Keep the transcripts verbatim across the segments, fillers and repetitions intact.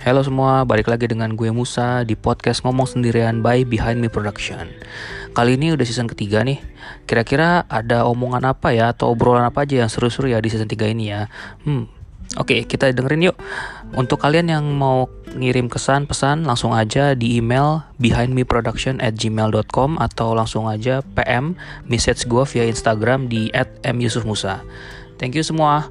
Halo semua, balik lagi dengan gue Musa di podcast Ngomong Sendirian by Behind Me Production. Kali ini udah season ketiga nih. Kira-kira ada omongan apa ya atau obrolan apa aja yang seru-seru ya di season tiga ini ya. Hmm, Oke, kita dengerin yuk. Untuk kalian yang mau ngirim kesan pesan langsung aja di email behindmeproduction at gmail dot com atau langsung aja P M message gue via Instagram di at m yusuf musa. Thank you semua.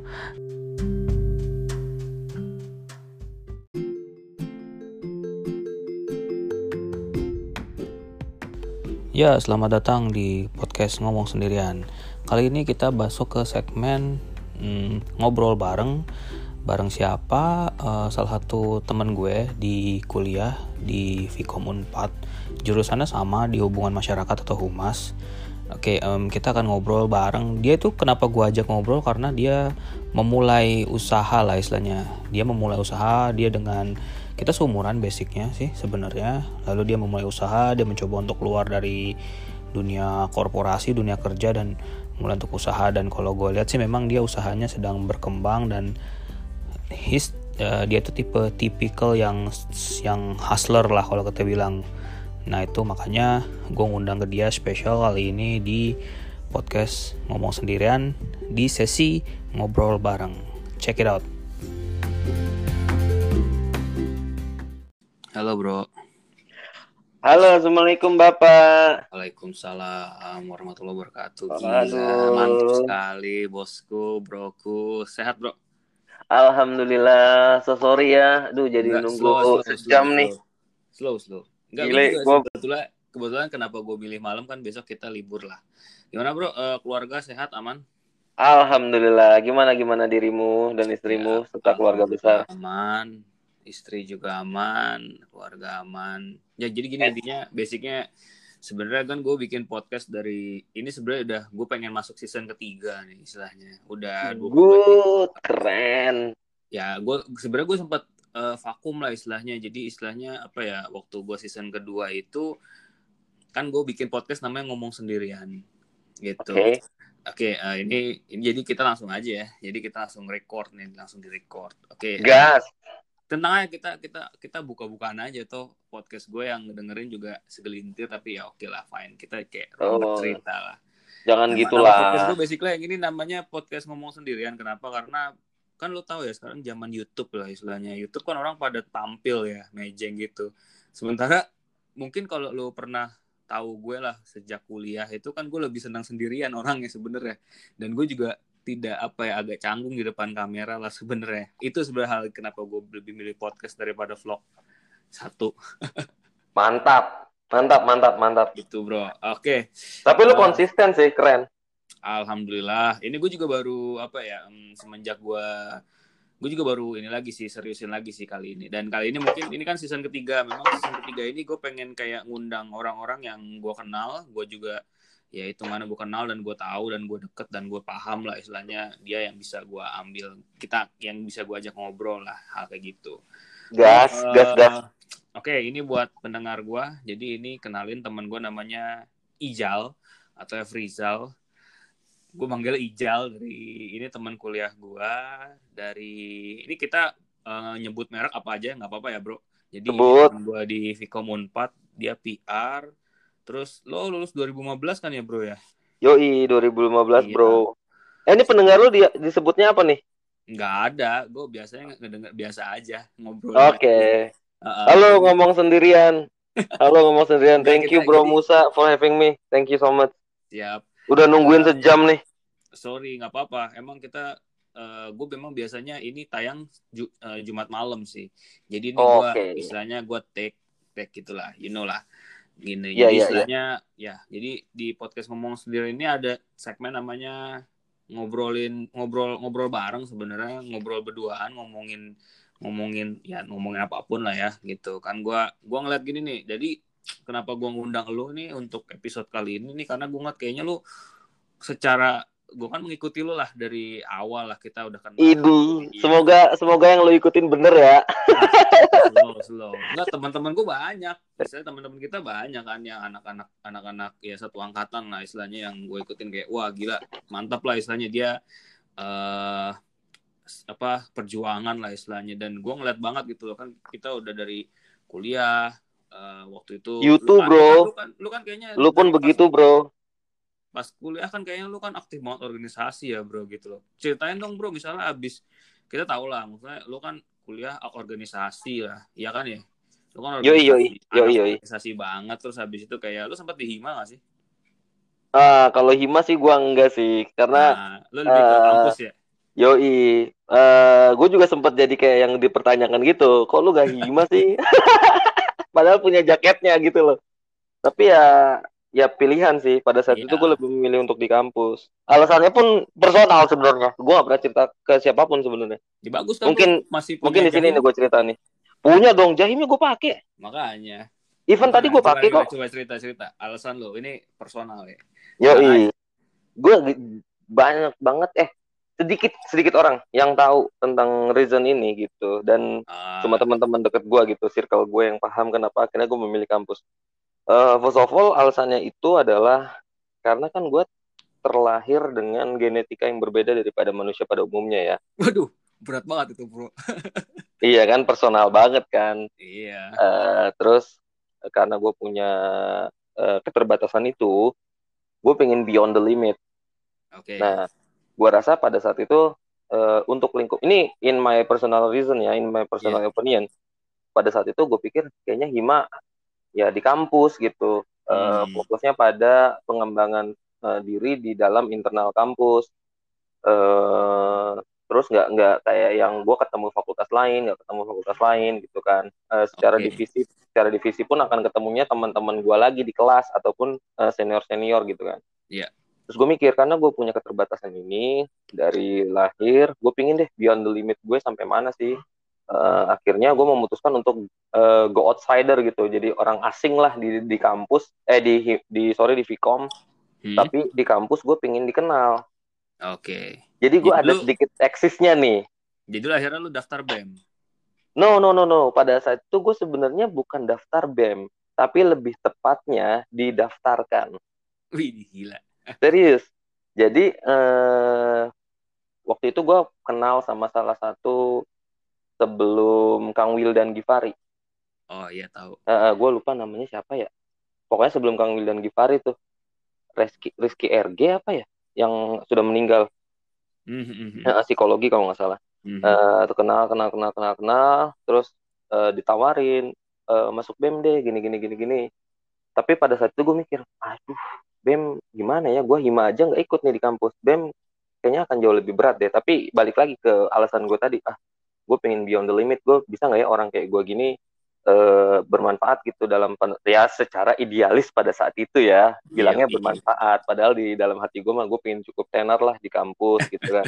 Ya, selamat datang di podcast Ngomong Sendirian. Kali ini kita masuk ke segmen hmm, ngobrol bareng. Bareng siapa? Uh, salah satu teman gue di kuliah di Vkom Unpad. Jurusannya sama di hubungan masyarakat atau humas. Oke, um, kita akan ngobrol bareng. Dia tuh kenapa gue ajak ngobrol karena dia memulai usaha lah istilahnya. Dia memulai usaha dia dengan kita seumuran basicnya sih sebenarnya. Lalu dia memulai usaha, dia mencoba untuk keluar dari dunia korporasi, dunia kerja dan mulai untuk usaha. Dan kalau gue lihat sih memang dia usahanya sedang berkembang dan his uh, dia tuh tipe tipikal yang yang hustler lah kalau kita bilang. Nah itu makanya gue ngundang ke dia spesial kali ini di podcast Ngomong Sendirian di sesi ngobrol bareng. Check it out. Halo bro. Halo, assalamualaikum bapak. Waalaikumsalam warahmatullahi wabarakatuh. Gila, mantap sekali bosku, broku. Sehat bro? Alhamdulillah. So sorry ya, aduh jadi Enggak, nunggu slow, slow, sejam slow, nih. Slow, slow. Enggak, Gile, gue juga gua... kebetulan, kebetulan kenapa gue pilih malam kan besok kita libur lah. Gimana bro, uh, keluarga sehat, aman? Alhamdulillah. Gimana gimana dirimu dan istrimu Ya, serta keluarga besar? Aman, istri juga aman, keluarga aman. Ya jadi gini intinya, basicnya sebenarnya kan gue bikin podcast dari ini sebenarnya udah gue pengen masuk season ketiga nih istilahnya. Udah dua puluh Good, keren. Ya gue sebenarnya gue sempat uh, vakum lah istilahnya. Jadi istilahnya apa ya, waktu gue season kedua itu kan gue bikin podcast namanya Ngomong Sendirian gitu. Oke. Okay. Oke, okay, uh, ini, ini jadi kita langsung aja ya. Jadi kita langsung record nih, langsung di record. Oke. Okay, gas. Uh, tentang aja kita kita kita buka-bukaan aja tuh podcast gue yang dengerin juga segelintir tapi ya oke okay lah, fine. Kita kayak ruang oh, bercerita lah. Jangan nama, gitulah. Nama podcast gue basically yang ini namanya podcast Ngomong Sendirian. Kenapa? Karena kan lo tahu ya sekarang zaman YouTube lah istilahnya. YouTube kan orang pada tampil ya, mejeng gitu. Sementara mungkin kalau lo pernah tahu gue lah sejak kuliah itu kan gue lebih senang sendirian orangnya sebenarnya, dan gue juga tidak apa ya agak canggung di depan kamera lah sebenarnya. Itu sebenarnya hal kenapa gue lebih milih podcast daripada vlog satu. Mantap, mantap, mantap, mantap. Itu bro. Oke. Okay. Tapi lu uh, konsisten sih, keren. Alhamdulillah. Ini gue juga baru apa ya um, semenjak gue gue juga baru ini lagi sih seriusin lagi sih kali ini. Dan kali ini mungkin ini kan season ketiga. Memang season ketiga ini gue pengen kayak ngundang orang-orang yang gue kenal, gue juga ya itu mana gue kenal dan gue tahu dan gue deket dan gue paham lah istilahnya, dia yang bisa gue ambil, kita yang bisa gue ajak ngobrol lah, hal kayak gitu. Gas, uh, gas, gas. Oke, okay, ini buat pendengar gue. Jadi ini kenalin teman gue namanya Ijal atau Efrizal. Gue manggil Ijal, dari ini teman kuliah gue. Dari ini kita uh, nyebut merek apa aja nggak apa-apa ya bro. Jadi teman gue di Vkom Unpad, dia P R. Terus lo lulus dua ribu lima belas kan ya bro ya? Yoi, dua ribu lima belas iya. Bro. Eh ini pendengar lo dia, disebutnya apa nih? Nggak ada, gue biasanya ngedenger biasa aja ngobrol. Oke. Okay. Uh, Halo uh, Ngomong Sendirian. Halo Ngomong Sendirian. Thank you bro jadi... Musa for having me. Thank you so much. Siap. Udah nungguin uh, sejam nih. Sorry, nggak apa-apa. Emang kita, uh, gue memang biasanya ini tayang ju, uh, Jumat malam sih. Jadi ini gue okay. istilahnya gue take take gitulah, you know lah. Gini. Yeah, jadi yeah, istilahnya yeah. ya. Jadi di podcast Ngomong Sendiri ini ada segmen namanya ngobrolin ngobrol ngobrol bareng sebenarnya, ngobrol berduaan, ngomongin ngomongin ya ngomongin apapun lah ya gitu kan. Gua gua ngeliat gini nih, jadi kenapa gua ngundang lu nih untuk episode kali ini nih, karena gua ngeliat kayaknya lu secara gue kan mengikuti lu lah dari awal lah, kita udah kenal. Idu, iya. semoga semoga yang lu ikutin bener ya. slow slow. Enggak, teman-teman gue banyak. Misalnya teman-teman kita banyak kan yang anak-anak anak-anak ya satu angkatan lah istilahnya, yang gue ikutin kayak wah gila, mantap lah istilahnya dia uh, apa perjuangan lah istilahnya, dan gue ngeliat banget gitu loh kan, kita udah dari kuliah uh, waktu itu YouTube, lu kan, bro. lu kan lu kan lu kan kayaknya lu pun dari begitu pas, bro. Pas kuliah kan kayaknya lu kan aktif banget organisasi ya bro gitu loh. Ceritain dong bro, misalnya abis kita tahu lah, maksudnya lu kan kuliah organisasi lah, iya kan ya? Lu kan Yoi yoi organisasi, yoi anak yoi. organisasi banget, terus habis itu kayak lu sempat di Hima gak sih? Ah, kalau Hima sih gua enggak sih, karena Nah, lu lebih ke uh, kampus ya? yoi, uh, gue juga sempat jadi kayak yang dipertanyakan gitu, kok lu gak Hima sih? Padahal punya jaketnya gitu loh. Tapi ya ya pilihan sih, pada saat itu gue Iya. lebih memilih untuk di kampus. Alasannya pun personal sebenarnya, gue gak pernah cerita ke siapapun sebenarnya. Ya, bagus kan bro, Mungkin masih mungkin punya di sini nih Jahim. gue cerita nih. Punya dong, Jahimnya gue pakai. Makanya. Even tadi Gimana? gue Coba pakai gimana? kok. Coba cerita-cerita. Alasan lo, ini personal ya. Tenang Yoi, aja. gue banyak banget eh sedikit sedikit orang yang tahu tentang reason ini gitu, dan cuma Ah, teman-teman deket gue gitu, circle gue yang paham kenapa akhirnya gue memilih kampus. Uh, first of all, alasannya itu adalah karena kan gue terlahir dengan genetika yang berbeda daripada manusia pada umumnya ya. waduh, berat banget itu bro. Iya kan, personal banget kan. Iya. Uh, terus karena gue punya uh, keterbatasan itu, gue pengen beyond the limit. Oke. Okay. Nah, gue rasa pada saat itu uh, untuk lingkup ini, in my personal reason ya, in my personal Yeah. opinion, pada saat itu gue pikir kayaknya Hima ya di kampus gitu, uh, Hmm. fokusnya pada pengembangan uh, diri di dalam internal kampus. Uh, terus nggak nggak kayak yang gue ketemu fakultas lain, nggak ketemu fakultas lain gitu kan. Uh, secara Okay. divisi, secara divisi pun akan ketemunya teman-teman gue lagi di kelas ataupun uh, senior senior gitu kan. Iya. Yeah. Terus gue mikir, karena gue punya keterbatasan ini dari lahir, gue pingin deh beyond the limit gue sampai mana sih. Uh, akhirnya gue memutuskan untuk uh, go outsider gitu, jadi orang asing lah di di kampus, eh di di sorry di Vkom, hmm. tapi di kampus gue pingin dikenal. Oke. Okay. Jadi gue ada lu, sedikit eksisnya nih. Jadi akhirnya lu daftar B E M? No no no no, pada saat itu gue sebenarnya bukan daftar B E M, tapi lebih tepatnya didaftarkan. Wih gila. Serius. Jadi eh, waktu itu gue kenal sama salah satu sebelum Kang Wildan Givari. Oh iya tahu. Uh, gue lupa namanya siapa ya. Pokoknya sebelum Kang Wildan Givari tuh, Rizky, Rizky R G apa ya, yang sudah meninggal. Mm-hmm. Uh, psikologi kalau nggak salah. Mm-hmm. Uh, tuh kenal kenal kenal kenal kenal, terus uh, ditawarin uh, masuk B E M deh, gini gini gini gini. Tapi pada saat itu gue mikir, aduh B E M gimana ya, gue Hima aja nggak ikut nih di kampus, B E M kayaknya akan jauh lebih berat deh. Tapi balik lagi ke alasan gue tadi, ah gue pengen beyond the limit, gue bisa nggak ya orang kayak gue gini eh, bermanfaat gitu dalam, ya secara idealis pada saat itu ya, bilangnya yeah, bermanfaat, padahal di dalam hati gue mah gue pengen cukup tenar lah di kampus gitu kan.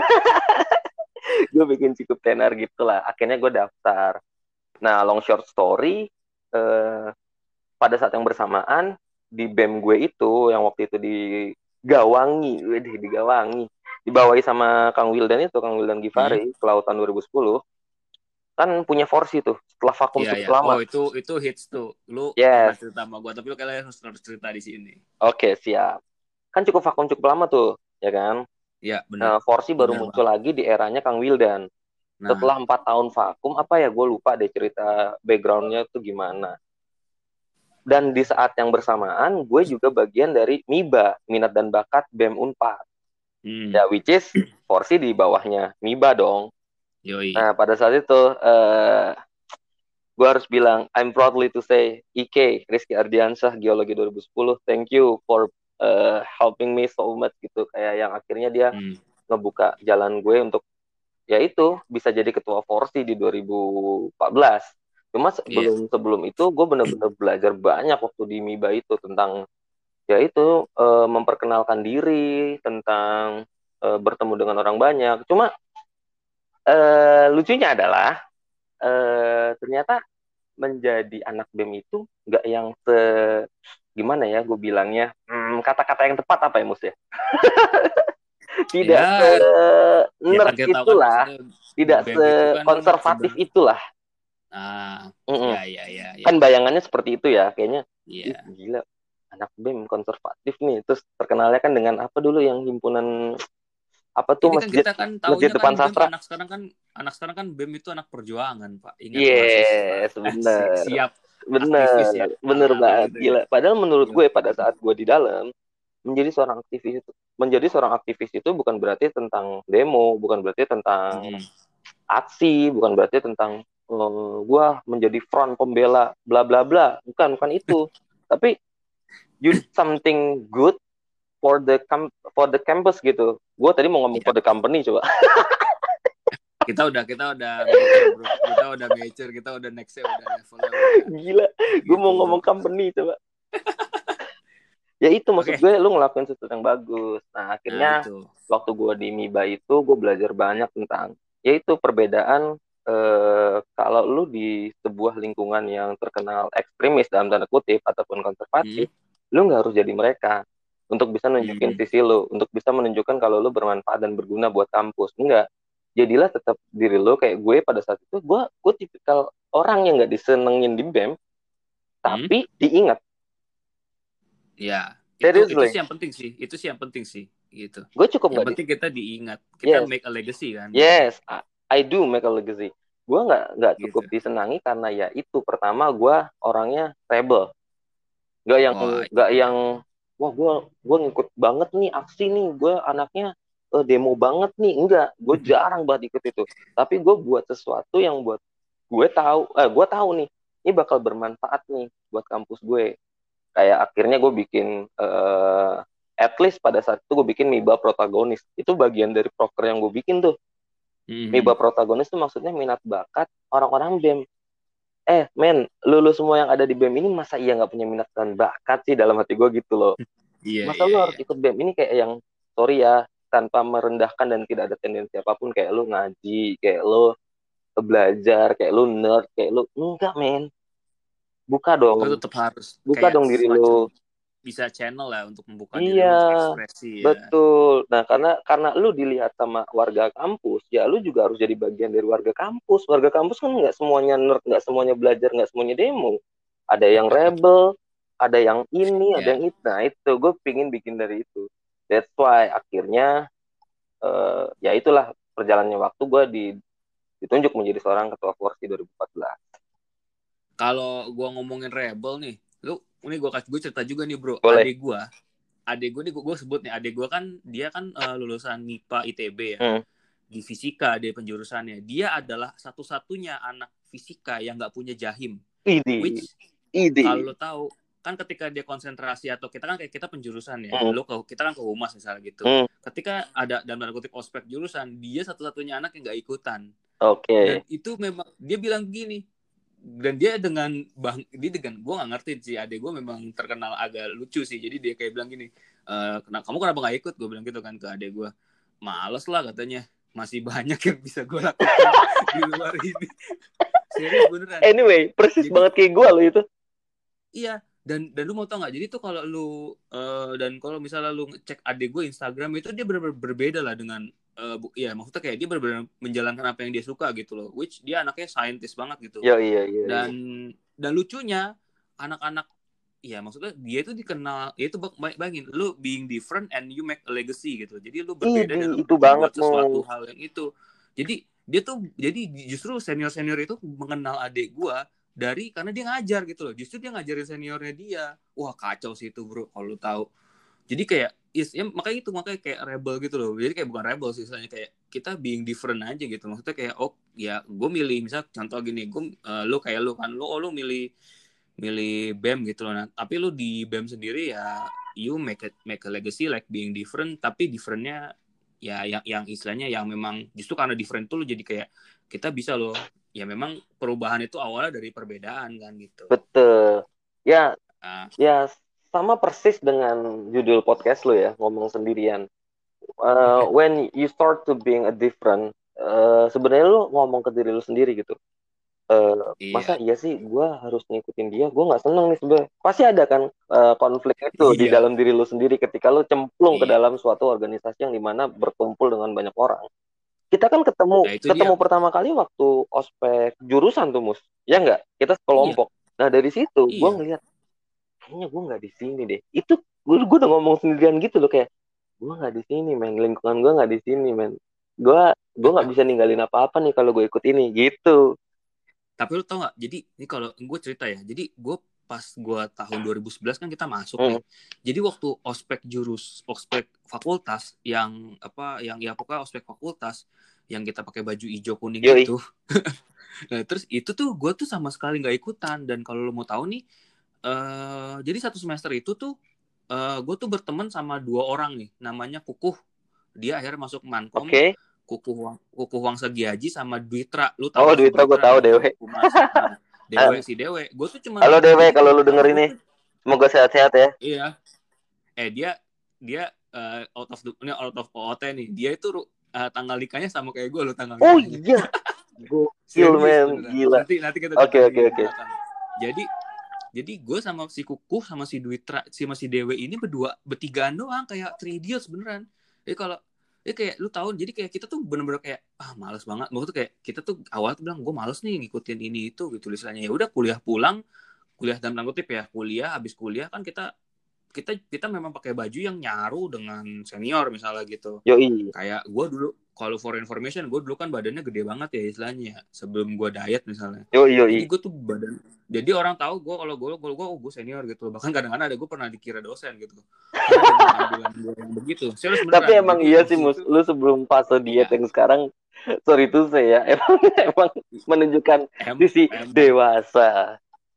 Gue bikin cukup tenar gitu lah, akhirnya gue daftar. Nah long short story, eh, pada saat yang bersamaan di B E M gue itu yang waktu itu di Gawangi, wedih di Gawangi, dibawahi sama Kang Wildan itu, Kang Wildan Givari, hmm. Kelautan dua ribu sepuluh, kan punya Forsi tuh, setelah vakum yeah, cukup yeah. lama. Oh itu itu hits tuh, lu yes. pernah cerita sama gue, tapi lu kayaknya harus, harus cerita di sini. Oke okay, siap. Kan cukup vakum cukup lama tuh, ya kan? Iya yeah, benar. Nah, Forsi baru bener muncul banget lagi di eranya Kang Wildan. Nah. Setelah empat tahun vakum, apa ya gue lupa deh cerita backgroundnya tuh gimana. Dan di saat yang bersamaan, gue juga bagian dari MIBA, Minat dan Bakat B E M Unpad. Hmm. Ya, which is Forsi di bawahnya MIBA dong. Yoi. Nah, pada saat itu, uh, gue harus bilang, I'm proudly to say, I K, Rizky Ardiansyah, Geologi dua ribu sepuluh, thank you for uh, helping me so much gitu. Kayak yang akhirnya dia hmm. ngebuka jalan gue untuk, ya itu, bisa jadi ketua Forsi di dua ribu empat belas. Cuma sebelum yeah. sebelum itu gue benar-benar belajar banyak waktu di MIBA itu tentang ya itu e, memperkenalkan diri, tentang e, bertemu dengan orang banyak. Cuma e, lucunya adalah e, ternyata menjadi anak B E M itu nggak yang se gimana ya gue bilangnya, hmm, kata-kata yang tepat apa ya Mus ya? Tidak ya, se nerd ya, itulah, kan, tidak se kan konservatif sudah... itulah. Ah, ya, ya, ya, ya. Kan bayangannya seperti itu ya, kayaknya. Yeah. Ih, gila, anak B E M konservatif nih. Terus terkenalnya kan dengan apa dulu yang himpunan apa tuh Ini kan masjid kita kan masjid taunya depan kan BEM sastra. anak sekarang kan anak sekarang kan BEM itu anak perjuangan, Pak. Ingat mahasiswa. Yes, Asik, bener, siap aktivis ya. bener, bener Ala-ala banget, gitu ya. gila. Padahal menurut Gila. gue pada saat gue di dalam, menjadi seorang aktivis itu, menjadi seorang aktivis itu bukan berarti tentang demo, bukan berarti tentang Hmm. aksi, bukan berarti tentang uh, gue menjadi front pembela bla bla bla, bukan, bukan itu. Tapi you did something good for the com- for the campus gitu. Gue tadi mau ngomong Ya, for the company coba. kita udah kita udah mature, bro. Kita udah mature, kita udah nextnya udah levelnya udah Gila, gue gitu, mau bro. ngomong company coba. Ya itu maksud Oke. gue, lu ngelakuin sesuatu yang bagus. Nah Nah, akhirnya itu. waktu gue di MIBA itu gue belajar banyak tentang yaitu perbedaan eh, kalau lu di sebuah lingkungan yang terkenal ekstremis dalam tanda kutip ataupun Hmm. konservatif, lu nggak harus jadi mereka untuk bisa nunjukin Hmm. sisi lu, untuk bisa menunjukkan kalau lu bermanfaat dan berguna buat kampus. Enggak, jadilah tetap diri lu. Kayak gue pada saat itu, gue gue tipikal orang yang nggak disenengin di BEM, Hmm. tapi diingat. Ya, itu itu Seriously, sih yang penting sih. Itu sih yang penting sih, gitu. gue cukup Yang nggak di penting kita diingat. Kita yes. make a legacy kan gitu. Yes, I, I do make a legacy. Gue nggak nggak cukup Gitu. disenangi karena ya itu, pertama gue orangnya rebel, nggak yang Wah, nggak iya. yang wah gue gue ngikut banget nih aksi nih, gue anaknya eh, demo banget nih, enggak, gue jarang banget ikut itu. Tapi gue buat sesuatu yang buat gue tahu, eh gue tahu nih ini bakal bermanfaat nih buat kampus gue. Kayak akhirnya gue bikin eh, at least pada saat itu gue bikin MIBA protagonis, itu bagian dari proker yang gue bikin tuh. Hmm. MIBA protagonis itu maksudnya minat bakat orang-orang BEM. Eh, men, lulu semua yang ada di BEM ini masa iya nggak punya minat dan bakat sih, dalam hati gue gitu loh. Iya, Masa iya, lu harus iya. ikut BEM ini kayak yang, sorry ya, tanpa merendahkan dan tidak ada tendensi apapun, kayak lu ngaji, kayak lu belajar, kayak lu nerd, kayak lu, enggak men. Buka Lu dong, tetap harus buka kayak dong diri lu. semacam bisa channel lah untuk membuka diri Iya, lu untuk ekspresi ya. betul. Nah, karena karena lu dilihat sama warga kampus, ya lu juga harus jadi bagian dari warga kampus. Warga kampus kan nggak semuanya nerd, nggak semuanya belajar, nggak semuanya demo. Ada yang rebel, ada yang ini, ada Ya. yang itu. Nah, itu gue pingin bikin dari itu. That's why akhirnya eh, ya itulah perjalanannya waktu gue di, ditunjuk menjadi seorang ketua Forsi dua ribu empat belas. Kalau gua ngomongin rebel nih, lu ini gua kasih gue cerita juga nih, bro. Boleh. Adik gua, adik gua nih gua sebut nih, adik gua kan dia kan uh, lulusan M I P A I T B ya. Hmm. Di fisika dia penjurusannya. Dia adalah satu-satunya anak fisika yang nggak punya jahim. Ide. Which Ide. kalau lo tahu kan ketika dia konsentrasi atau kita kan kayak kita penjurusan ya, Hmm. lo ke kita kan ke humas misalnya gitu. Hmm. Ketika ada dalam tanda kutip ospek jurusan, dia satu-satunya anak yang nggak ikutan. Oke. Okay. Dan itu memang dia bilang gini, dan dia dengan bang dia dengan gue nggak ngerti sih, adek gue memang terkenal agak lucu sih, jadi dia kayak bilang gini, e, kamu kenapa nggak ikut, gue bilang gitu kan ke adek gue, males lah katanya, masih banyak yang bisa gue lakukan di luar ini. Serius beneran. Anyway, persis jadi, banget kayak gue lo itu. Iya, dan dan lu mau tau nggak, jadi tuh kalau lu uh, dan kalau misalnya lu cek adek gue Instagram itu dia benar-benar berbeda lah dengan Uh, bu- ya maksudnya kayak dia benar-benar menjalankan apa yang dia suka gitu loh, which dia anaknya scientist banget gitu. Yo, iya, iya, dan iya. dan lucunya anak-anak ya maksudnya dia itu dikenal, ya itu bayangin lu being different and you make a legacy gitu, jadi lu berbeda Ih, dan lu itu membuat banget, sesuatu mau. hal yang itu. Jadi dia tuh jadi justru senior-senior itu mengenal adik gua dari karena dia ngajar gitu loh, justru dia ngajarin seniornya dia. Wah kacau sih itu bro kalau lu tahu. Jadi kayak is, ya, makanya itu makanya kayak rebel gitu loh. Jadi kayak bukan rebel sih, istilahnya kayak kita being different aja gitu. Maksudnya kayak oh ya gue milih, misal contoh gini, gue uh, lu kayak lu kan lu oh lu milih milih B E M gitu loh. Nah, tapi lu di B E M sendiri ya you make a, make a legacy like being different, tapi differentnya ya yang yang istilahnya yang memang justru karena different tuh lu jadi kayak kita bisa loh. Ya memang perubahan itu awalnya dari perbedaan kan gitu. Betul. Ya. Nah. Ya sama persis dengan judul podcast lo ya, ngomong sendirian. Uh, when you start to being a different, uh, sebenarnya lo ngomong ke diri lo sendiri gitu. Uh, iya. Masa iya sih gue harus ngikutin dia? Gue nggak seneng nih sebenarnya. Pasti ada kan uh, konflik itu iya. di dalam diri lo sendiri ketika lo cemplung iya. ke dalam suatu organisasi yang dimana berkumpul dengan banyak orang. Kita kan ketemu nah, ketemu dia. Pertama kali waktu ospek jurusan tuh Mus, ya nggak? Kita sekelompok. Iya. Nah dari situ iya. gue ngeliat kayaknya gue nggak di sini deh. Itu gue gue udah ngomong sendirian gitu loh, kayak gue nggak di sini men, lingkungan gue nggak di sini men, gue gue nggak bisa ninggalin apa-apa nih kalau gue ikut ini gitu. Tapi lu tau nggak? Jadi ini kalau gue cerita ya. Jadi gue pas gue tahun dua ribu sebelas kan kita masuk hmm. nih. Jadi waktu ospek jurus, ospek fakultas yang apa, yang ya pokoknya ospek fakultas yang kita pakai baju hijau kuning Yoi. itu. Nah terus itu tuh gue tuh sama sekali nggak ikutan. Dan kalau lu mau tahu nih, uh, jadi satu semester itu tuh uh, gue tuh berteman sama dua orang nih. Namanya Kukuh. Dia akhirnya masuk Mankom. Oke. Okay. Kukuh Wang, Kukuh Wang Segiaji sama Dwitra. Lu tahu oh Dwitra gue tahu Dewe. Nah, Dewe si Dewe. Gue tuh cuma halo Dewe kalau lu denger ini semoga sehat-sehat ya. Iya. Eh dia dia uh, out of the, ini out of O T nih. Dia itu uh, tanggal nikahnya sama kayak gue lo tanggal nikahnya. Oh iya. Gokil men, gila. Nanti nanti kita Oke oke oke. Jadi jadi gue sama si Kukuh sama si Dwitra sama si Dewe ini berdua bertigaan doang kayak three idiots beneran. Jadi kalau ya kayak lu tahu, jadi kayak kita tuh bener-bener kayak ah malas banget. Waktu tuh kayak kita tuh awal tuh bilang gue malas nih ngikutin ini itu gitu tulisannya. Ya udah kuliah pulang, kuliah dalam tanda kutip ya, kuliah habis kuliah kan kita kita kita memang pakai baju yang nyaru dengan senior misalnya gitu. Yoi. Kayak gue dulu kalau for information, gue dulu kan badannya gede banget ya istilahnya sebelum gue diet misalnya. Yoi yoi. Jadi gue tuh badan, jadi orang tahu gue kalau gue gue gue oh, gue senior gitu. Bahkan kadang-kadang ada gue pernah dikira dosen gitu. Tampilan gue yang begitu. Serius, tapi emang iya sih Mus, lu sebelum fase diet ya. Yang sekarang sorry tuh saya emang emang menunjukkan em, sisi em. dewasa.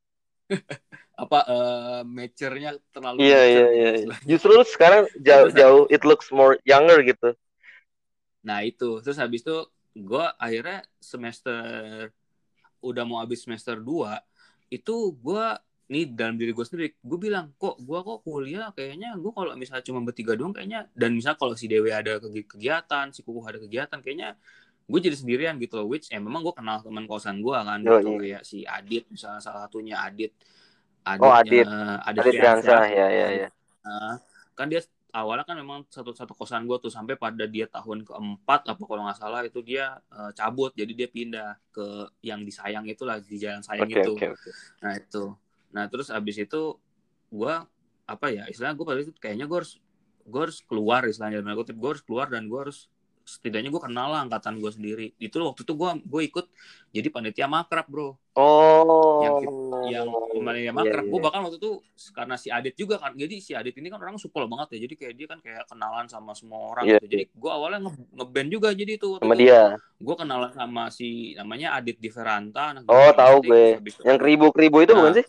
Apa uh, mature-nya terlalu iya iya iya. Justru lu sekarang jauh-jauh it looks more younger gitu. Nah itu, terus habis itu gue akhirnya semester udah mau habis semester dua itu gue nih dalam diri gue sendiri gue bilang kok gue kok kuliah kayaknya gue kalau misalnya cuma bertiga doang kayaknya, dan misalnya kalau si Dewi ada kegiatan, si Kukuh ada kegiatan, kayaknya gue jadi sendirian gitu loh. Which eh memang gue kenal teman kosan gue kan oh, gitu iya. Kayak si Adit misalnya, salah satunya Adit Adit oh Adit uh, Adit Fiansyah ya ya ya uh, kan dia awalnya kan memang satu-satu kosan gue tuh sampai pada dia tahun keempat apa kalau nggak salah itu dia uh, cabut, jadi dia pindah ke yang disayang itulah, di jalan sayang okay, itu okay, okay. Nah itu, nah terus abis itu gue apa ya istilahnya gue pada itu kayaknya gue harus gue harus keluar istilahnya, gue gue harus keluar dan gue harus setidaknya gue kenal lah angkatan gue sendiri. Itu waktu itu gue gue ikut jadi panitia makrab bro. Oh. Yang yang panitia makrab. Yeah, gue yeah. Bahkan waktu itu karena si Adit juga kan. Jadi si Adit ini kan orang supel banget ya. Jadi kayak dia kan kayak kenalan sama semua orang yeah. gitu. Jadi gue awalnya nge- ngeband juga jadi itu. Sama itu. Dia. Gue kenalan sama si namanya Adit di Veranta. Oh tahu gue. Yang keribu-keribu itu nah, bukan sih?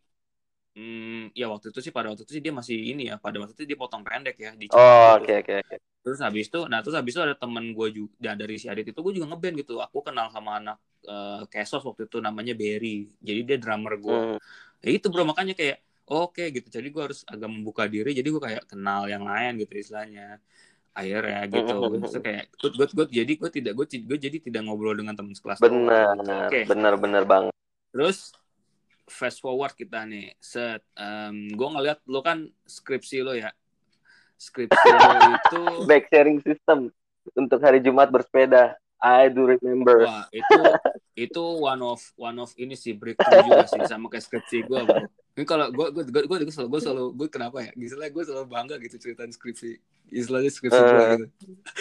Hmm, ya waktu itu sih pada waktu itu sih dia masih ini ya, pada waktu itu dia potong pendek ya di oh oke oke oke. Terus habis itu, nah terus habis itu ada temen gue juga dari si Adit itu gue juga ngeband gitu. Aku kenal sama anak uh, Kesos waktu itu namanya Berry. Jadi dia drummer gue. Hmm. Ya itu bro, makanya kayak oke okay, gitu. Jadi gue harus agak membuka diri. Jadi gue kayak kenal yang lain gitu istilahnya. Akhirnya gitu. Gue kayak gue gue gue jadi gue tidak gue gue jadi tidak ngobrol dengan teman sekelas. Benar, gitu. Okay. benar benar banget. Terus fast forward kita nih, set, um, gue ngeliat lo kan skripsi lo ya, skripsi lo itu back sharing system untuk hari Jumat bersepeda. I do remember. Wah itu itu one of one of ini sih breakthrough juga sih sama kayak skripsi gue bro. Ini kalau gue gue gue gue selalu gue selalu gue kenapa ya? Misalnya gue selalu bangga gitu ceritain skripsi, istilahnya skripsi uh. gue gitu.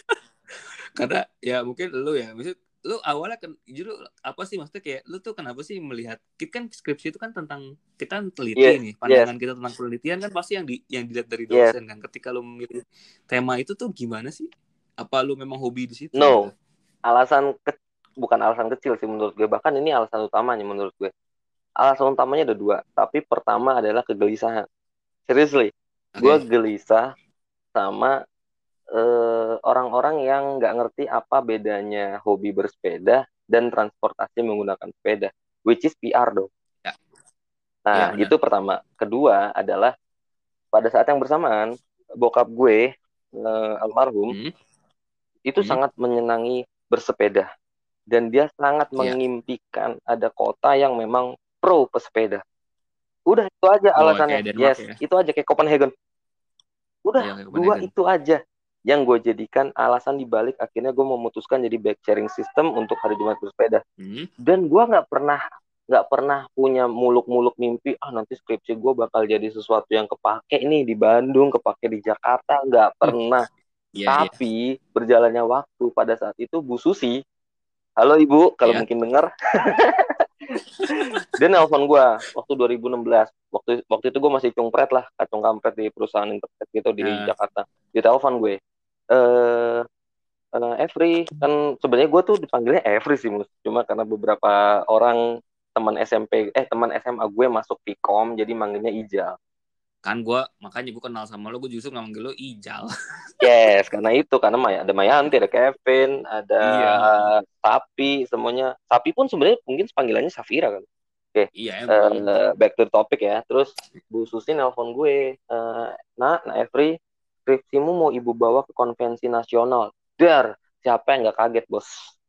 Karena ya mungkin lo ya, maksud lu awalnya kan jujur apa sih maksudnya kayak lu tuh kenapa sih melihat kita kan skripsi itu kan tentang kita teliti yes, nih pandangan yes. kita tentang penelitian kan pasti yang di yang dilihat dari dosen yes. kan. Ketika lu memilih tema itu tuh gimana sih? Apa lu memang hobi di situ? No, gitu? alasan ke, bukan alasan kecil sih menurut gue, bahkan ini alasan utamanya menurut gue. Alasan utamanya ada dua, tapi pertama adalah kegelisahan. Seriously, okay. Gue gelisah sama Uh, orang-orang yang nggak ngerti apa bedanya hobi bersepeda dan transportasi menggunakan sepeda, which is P R dong. Ya. Nah ya, itu pertama. Kedua adalah pada saat yang bersamaan bokap gue uh, almarhum hmm. itu hmm. sangat menyenangi bersepeda dan dia sangat ya. mengimpikan ada kota yang memang pro pesepeda. Udah itu aja alasannya. Oh, yes, ya. Itu aja kayak Copenhagen. Udah ya, dua itu aja yang gue jadikan alasan dibalik akhirnya gue memutuskan jadi bike sharing system untuk hari Jumat bersepeda. Hmm. Dan gue nggak pernah nggak pernah punya muluk-muluk mimpi ah nanti skripsi gue bakal jadi sesuatu yang kepake nih di Bandung, kepake di Jakarta, nggak pernah. Iya, iya. Tapi berjalannya waktu pada saat itu Bu Susi, halo Ibu, kalau Ya. mungkin dengar, dia nelpon gue waktu dua ribu enam belas. Waktu waktu itu gue masih cungpret lah, kacung kampret di perusahaan internet gitu di Nah, Jakarta. Dia telepon gue, eh uh, Every, kan sebenarnya gue tuh dipanggilnya Every sih Mus, cuma karena beberapa orang teman S M P eh teman S M A gue masuk Vkom jadi manggilnya Ijal. kan gue makanya gue kenal sama lo, gue justru nggak manggil lo Ijal. Yes, karena itu, karena Maya, ada Mayanti, ada Kevin, ada Iya, Sapi, semuanya. Sapi pun sebenarnya mungkin panggilannya Safira kan. Oke, iya emang. uh, back to the topic ya. Terus Bu Susi nelpon gue, uh, nah, nah Every, skripsimu mau ibu bawa ke konvensi nasional. Dar, siapa yang nggak kaget bos?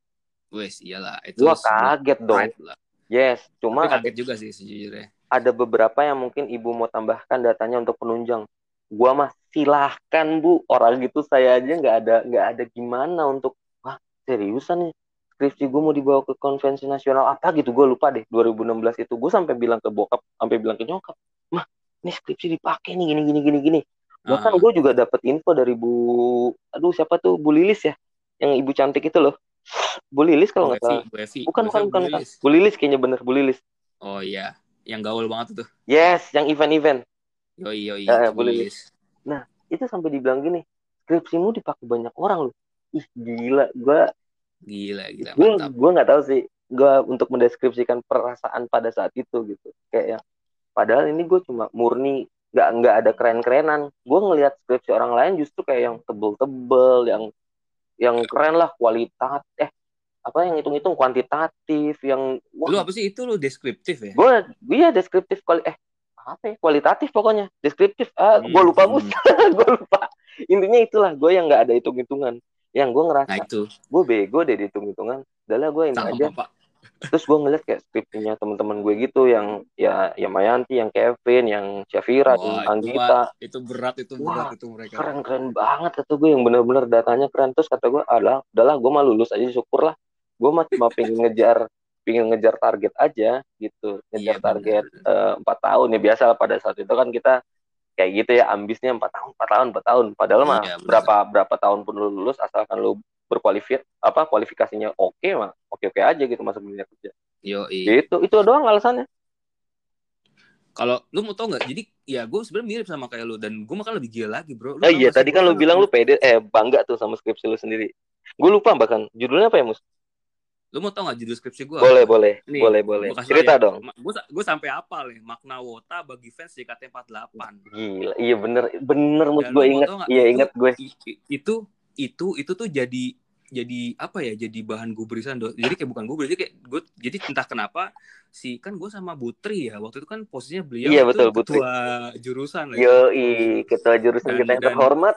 Wes, iyalah, itu Gua sebuah kaget dong. pride lah. Yes, Tapi cuma ada kaget juga sih sejujurnya. ada beberapa yang mungkin ibu mau tambahkan datanya untuk penunjang. Gua mah silahkan Bu, orang gitu saya aja nggak ada nggak ada gimana untuk, wah seriusan nih skripsi gue mau dibawa ke konvensi nasional apa gitu, gue lupa deh. dua ribu enam belas itu gue sampai bilang ke bokap, sampai bilang ke nyokap, mah ini skripsi dipakai nih gini gini gini gini. Bahkan Uh, gue juga dapat info dari Bu, aduh siapa tuh, Bu Lilis ya, yang ibu cantik itu loh, Bu Lilis kalau Bu nggak Evi, salah. Bu Evi, Bukan, Bu Evi bukan, apa Bu bukan, bukan. Lilis? Bu Lilis kayaknya, bener Bu Lilis. Oh iya, yang gaul banget tuh. Yes, yang event-event. Yoi, yoi, Eh, itu Bu Bu Lilis. Lilis. Nah, itu sampai dibilang gini, skripsimu dipakai banyak orang loh. Ih, gila. Gue Gila, gila, gue mantap. gue nggak tahu sih. Gue untuk mendeskripsikan perasaan pada saat itu gitu. Kayak yang, padahal ini gue cuma murni nggak nggak ada keren-kerenan. Gue ngelihat skripsi orang lain justru kayak yang tebel-tebel, yang yang keren lah, kualitas, eh apa yang hitung-hitung kuantitatif, yang Lu wah, apa sih itu, lu deskriptif ya? gue dia deskriptif kuali eh apa ya, kualitatif pokoknya, deskriptif, ah gue Hmm, lupa Mus. hmm. Gue lupa, intinya itulah, gue yang nggak ada hitung-hitungan, yang gue Nah ngerasa itu, gue bego deh di hitung-hitungan, adalah gue ini aja. sama Pak. Terus gue ngeliat kayak skripsinya teman-teman gue gitu, yang ya ya Mayanti, yang Kevin, yang Syafira, yang Wah, itu mah, Anggita, itu berat, itu berat, wah itu mereka. keren-keren banget kata gue, yang bener-bener datanya keren. Terus kata gue, adalah udahlah gue mah lulus aja syukur lah, gue mah cuma pengen ngejar pengen ngejar target aja gitu, Iya ngejar benar, target benar. eh, empat tahun ya, biasa lah pada saat itu kan kita kayak gitu ya, ambisnya empat tahun, empat tahun, empat tahun, padahal mah Iya benar. berapa berapa tahun pun lu lulus, asalkan lu berkualifikasi apa kualifikasinya oke mah oke oke aja gitu masuk dunia kerja. Yoi. Gitu, itu doang alasannya. Kalau lu mau tau nggak? Jadi ya gue sebenarnya mirip sama kayak lu, dan gue makan lebih gila lagi bro. Lu Oh tau iya, gak sih tadi gue kan lu kan bilang lu pede, eh bangga tuh sama skripsi lu sendiri. Gue lupa bahkan judulnya apa ya Mus. lu mau tau nggak judul skripsi gue Boleh, apa? boleh, Nih, boleh, boleh, gue kasih tau cerita ya. dong. Gue gue sampai apal nih, makna wota bagi fans J K T empat delapan. Gila, iya bener, bener Mus, Dan gue lu mau inget, tau nggak, iya itu inget gue. itu itu itu tuh jadi jadi apa ya, jadi bahan gubrisan do. Jadi kayak bukan gubris, jadi kayak gue, jadi entah kenapa si, kan gue sama Butri ya waktu itu kan posisinya beliau Iya itu betul, Putri. ketua jurusan lah ya, Yoi, ketua jurusan. ketua jurusan dan kita yang dan terhormat.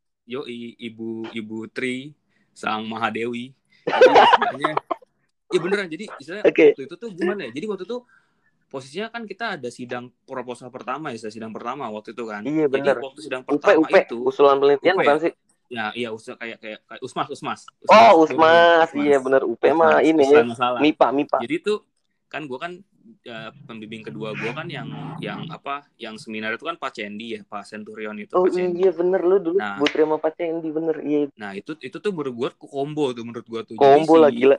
yoi, ibu ibu Tri sang Mahadewi. Jadi istilahnya, ya beneran, jadi istilahnya Oke. waktu itu tuh gimana ya, jadi waktu itu posisinya kan kita ada sidang proposal pertama ya, sidang pertama waktu itu kan. Iya Jadi bener. waktu sidang U P, pertama U P, itu, usulan penelitian U P bukan ya, sih? ya iya usul kayak kayak, kayak usmas usmas Oh, usmas gue bilang Usmas, iya usmas bener. U P mah usmas ini, usulan masalah. MIPA, MIPA. Jadi tuh kan gue kan ya, pembimbing kedua gue kan yang yang apa yang seminar itu kan Pak Cendi ya, Pak Centurion itu, Oh Pak Cendi. iya bener, lu dulu Nah, Putri sama Pak Cendi, bener, iya. nah itu itu tuh berbuat combo tuh menurut gue tuh. Jadi Kombo si lah, gila.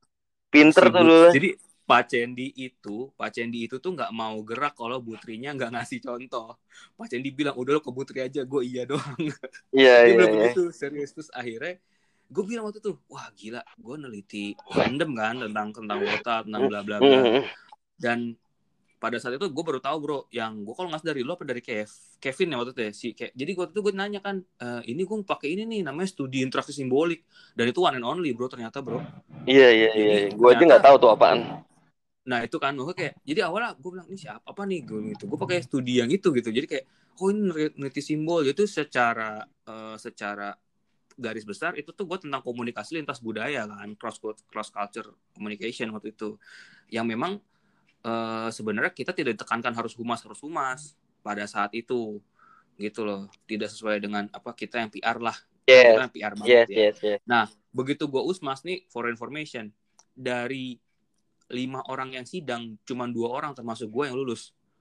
Pinter si tuh But, dulu. jadi Pak Cendi itu, Pak Cendi itu tuh nggak mau gerak kalau Butrinya nggak ngasih contoh. Pak Cendi bilang, udah lo ke Butri aja, gue iya doang. Iya, Dia iya, bilang iya. begitu, serius. Terus akhirnya gue bilang waktu itu, wah gila, gue neliti random kan tentang tentang wota, tentang bla bla bla. Mm-hmm. Dan pada saat itu gue baru tahu bro, yang gue kalau nggak dari lo apa dari Kev, Kevin ya waktu itu ya. Si, Ke, jadi waktu itu gue nanya kan, e, ini gue pakai ini nih, namanya studi interaksi simbolik. Dan itu one and only bro ternyata bro. Iya, iya, Jadi iya. Gue aja nggak tahu tuh apaan. Nah itu kan, gue kayak, jadi awalnya gue bilang, ini siapa apa nih gue gitu. Gue pakai studi yang itu gitu. Jadi kayak, oh ini neliti simbol. Itu secara uh, secara garis besar itu tuh gue tentang komunikasi lintas budaya kan, cross cross culture communication waktu itu. Yang memang uh, sebenarnya kita tidak ditekankan harus humas harus humas pada saat itu gitu loh. Tidak sesuai dengan apa kita yang P R lah. Yes. Kita yang P R banget yes, ya. Yes, yes. Nah begitu gue usmas nih, for information, dari lima orang yang sidang, cuma dua orang termasuk gue yang lulus.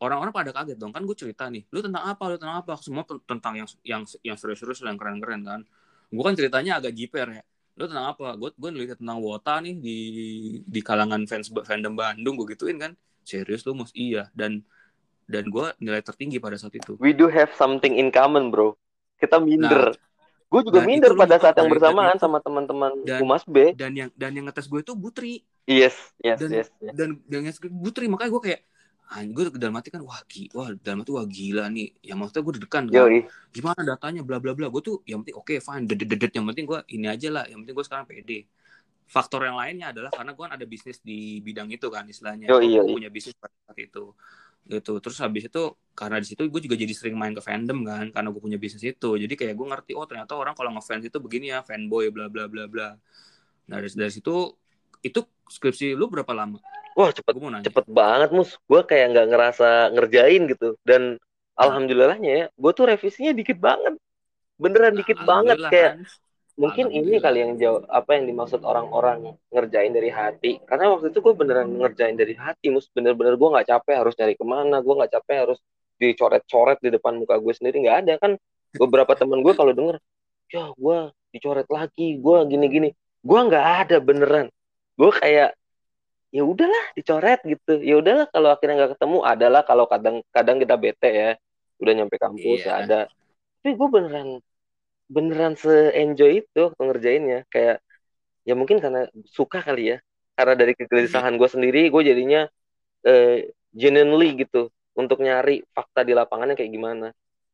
orang-orang pada kaget dong kan, gue cerita nih, lu tentang apa, lu tentang apa, semua tentang yang yang yang serius-serius, yang keren-keren kan. Gue kan ceritanya agak jiper ya, lu tentang apa, gue gue nulis tentang Wota nih di di kalangan fans fandom Bandung, gue gituin kan, serius lu Mus? Iya, dan dan gue nilai tertinggi pada saat itu. We do have something in common, bro. Kita minder. Nah, gue juga dan minder pada saat yang dari, bersamaan itu, sama teman-teman dan, Humas B. Dan yang dan yang ngetes gue itu Butri. Yes, yes, dan, yes, yes. Dan dan yang Butri, makanya gue kayak, gue dalam hati kan, wah gila, wah dalam hati wah gila nih. Ya maksudnya gue deg-degan kan. Yoi. Gimana datanya, bla bla bla. Gue tuh yang penting oke okay, fine, dedet yang penting gue ini aja lah. Yang penting gue sekarang pede. Faktor yang lainnya adalah karena gue kan ada bisnis di bidang itu kan istilahnya. Gue punya bisnis pada saat itu. Gitu. Terus habis itu karena di situ gue juga jadi sering main ke fandom kan, karena gue punya bisnis itu. Jadi kayak gue ngerti, oh ternyata orang kalau ngefans itu begini ya, fanboy bla bla bla bla. Nah dari, dari situ, itu skripsi lu berapa lama? Wah cepet cepet banget Mus. Gue kayak nggak ngerasa ngerjain gitu. Dan nah, alhamdulillahnya ya, gue tuh revisinya dikit banget. Beneran nah, dikit banget kayak. Kan? Mungkin ini kali yang jauh apa yang dimaksud orang-orang ngerjain dari hati. Karena waktu itu gue beneran ngerjain dari hati, Mus. Bener-bener gue nggak capek harus cari kemana. Gue nggak capek harus dicoret-coret di depan muka gue sendiri. Nggak ada kan. Beberapa temen gue kalau denger, ya gue dicoret lagi, gue gini-gini. Gue nggak ada beneran. Gue kayak ya udahlah dicoret gitu. Ya udahlah kalau akhirnya nggak ketemu. Adalah kalau kadang-kadang kita bete ya. Udah nyampe kampus yeah. ya ada. Tapi gue beneran beneran se-enjoy itu waktu ngerjainnya. Kayak ya mungkin karena suka kali ya, karena dari kegelisahan gue sendiri gue jadinya uh, genuinely gitu untuk nyari fakta di lapangannya kayak gimana.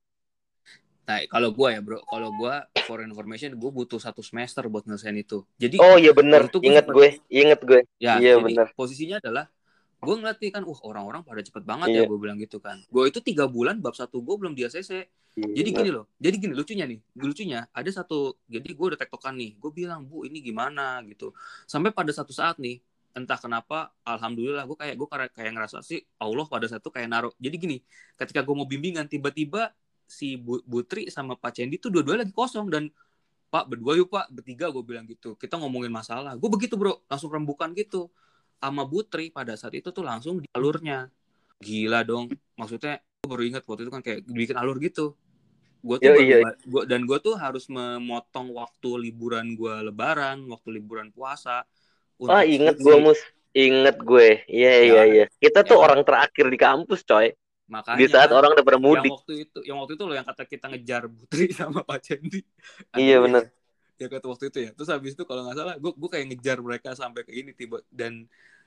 Nah kalau gue ya bro, kalau gue for information gue butuh satu semester buat ngelesain itu. Jadi oh iya bener, inget gue inget gue ya, iya jadi bener. Posisinya adalah gue ngeliat nih kan, uh orang-orang pada cepet banget iya. ya, gue bilang gitu kan. Gue itu tiga bulan bab satu gue belum di A C C. Iya, jadi bener. gini loh, jadi gini lucunya nih, lucunya ada satu, jadi gue udah tektokan nih, gue bilang bu ini gimana gitu. Sampai pada satu saat nih, entah kenapa, alhamdulillah gue kayak gue kayak, kayak ngerasa sih Allah pada saat itu kayak naruh. Jadi gini, ketika gue mau bimbingan tiba-tiba si Bu, Butri sama Pak Cendi tuh dua-dua lagi kosong dan Pak berdua yuk Pak, bertiga gue bilang gitu. Kita ngomongin masalah. Gue begitu bro, langsung rembukan gitu. Sama Butri pada saat itu tuh langsung di alurnya. Gila dong. Maksudnya gue baru ingat waktu itu kan kayak bikin alur gitu. Gue tuh Yo, baru, iya. gua, dan gue tuh harus memotong waktu liburan gue lebaran, waktu liburan puasa. Oh inget gue Mus, inget gue. Iya ya, iya iya. Kita tuh ya, orang terakhir di kampus coy. Makanya, di saat orang udah pada mudik. Yang waktu itu, yang waktu itu loh yang kata kita ngejar Butri sama Pak Cendi. Iya benar. Ya kata waktu itu ya. Terus habis itu kalau nggak salah, gue gue kayak ngejar mereka sampai ke ini tiba dan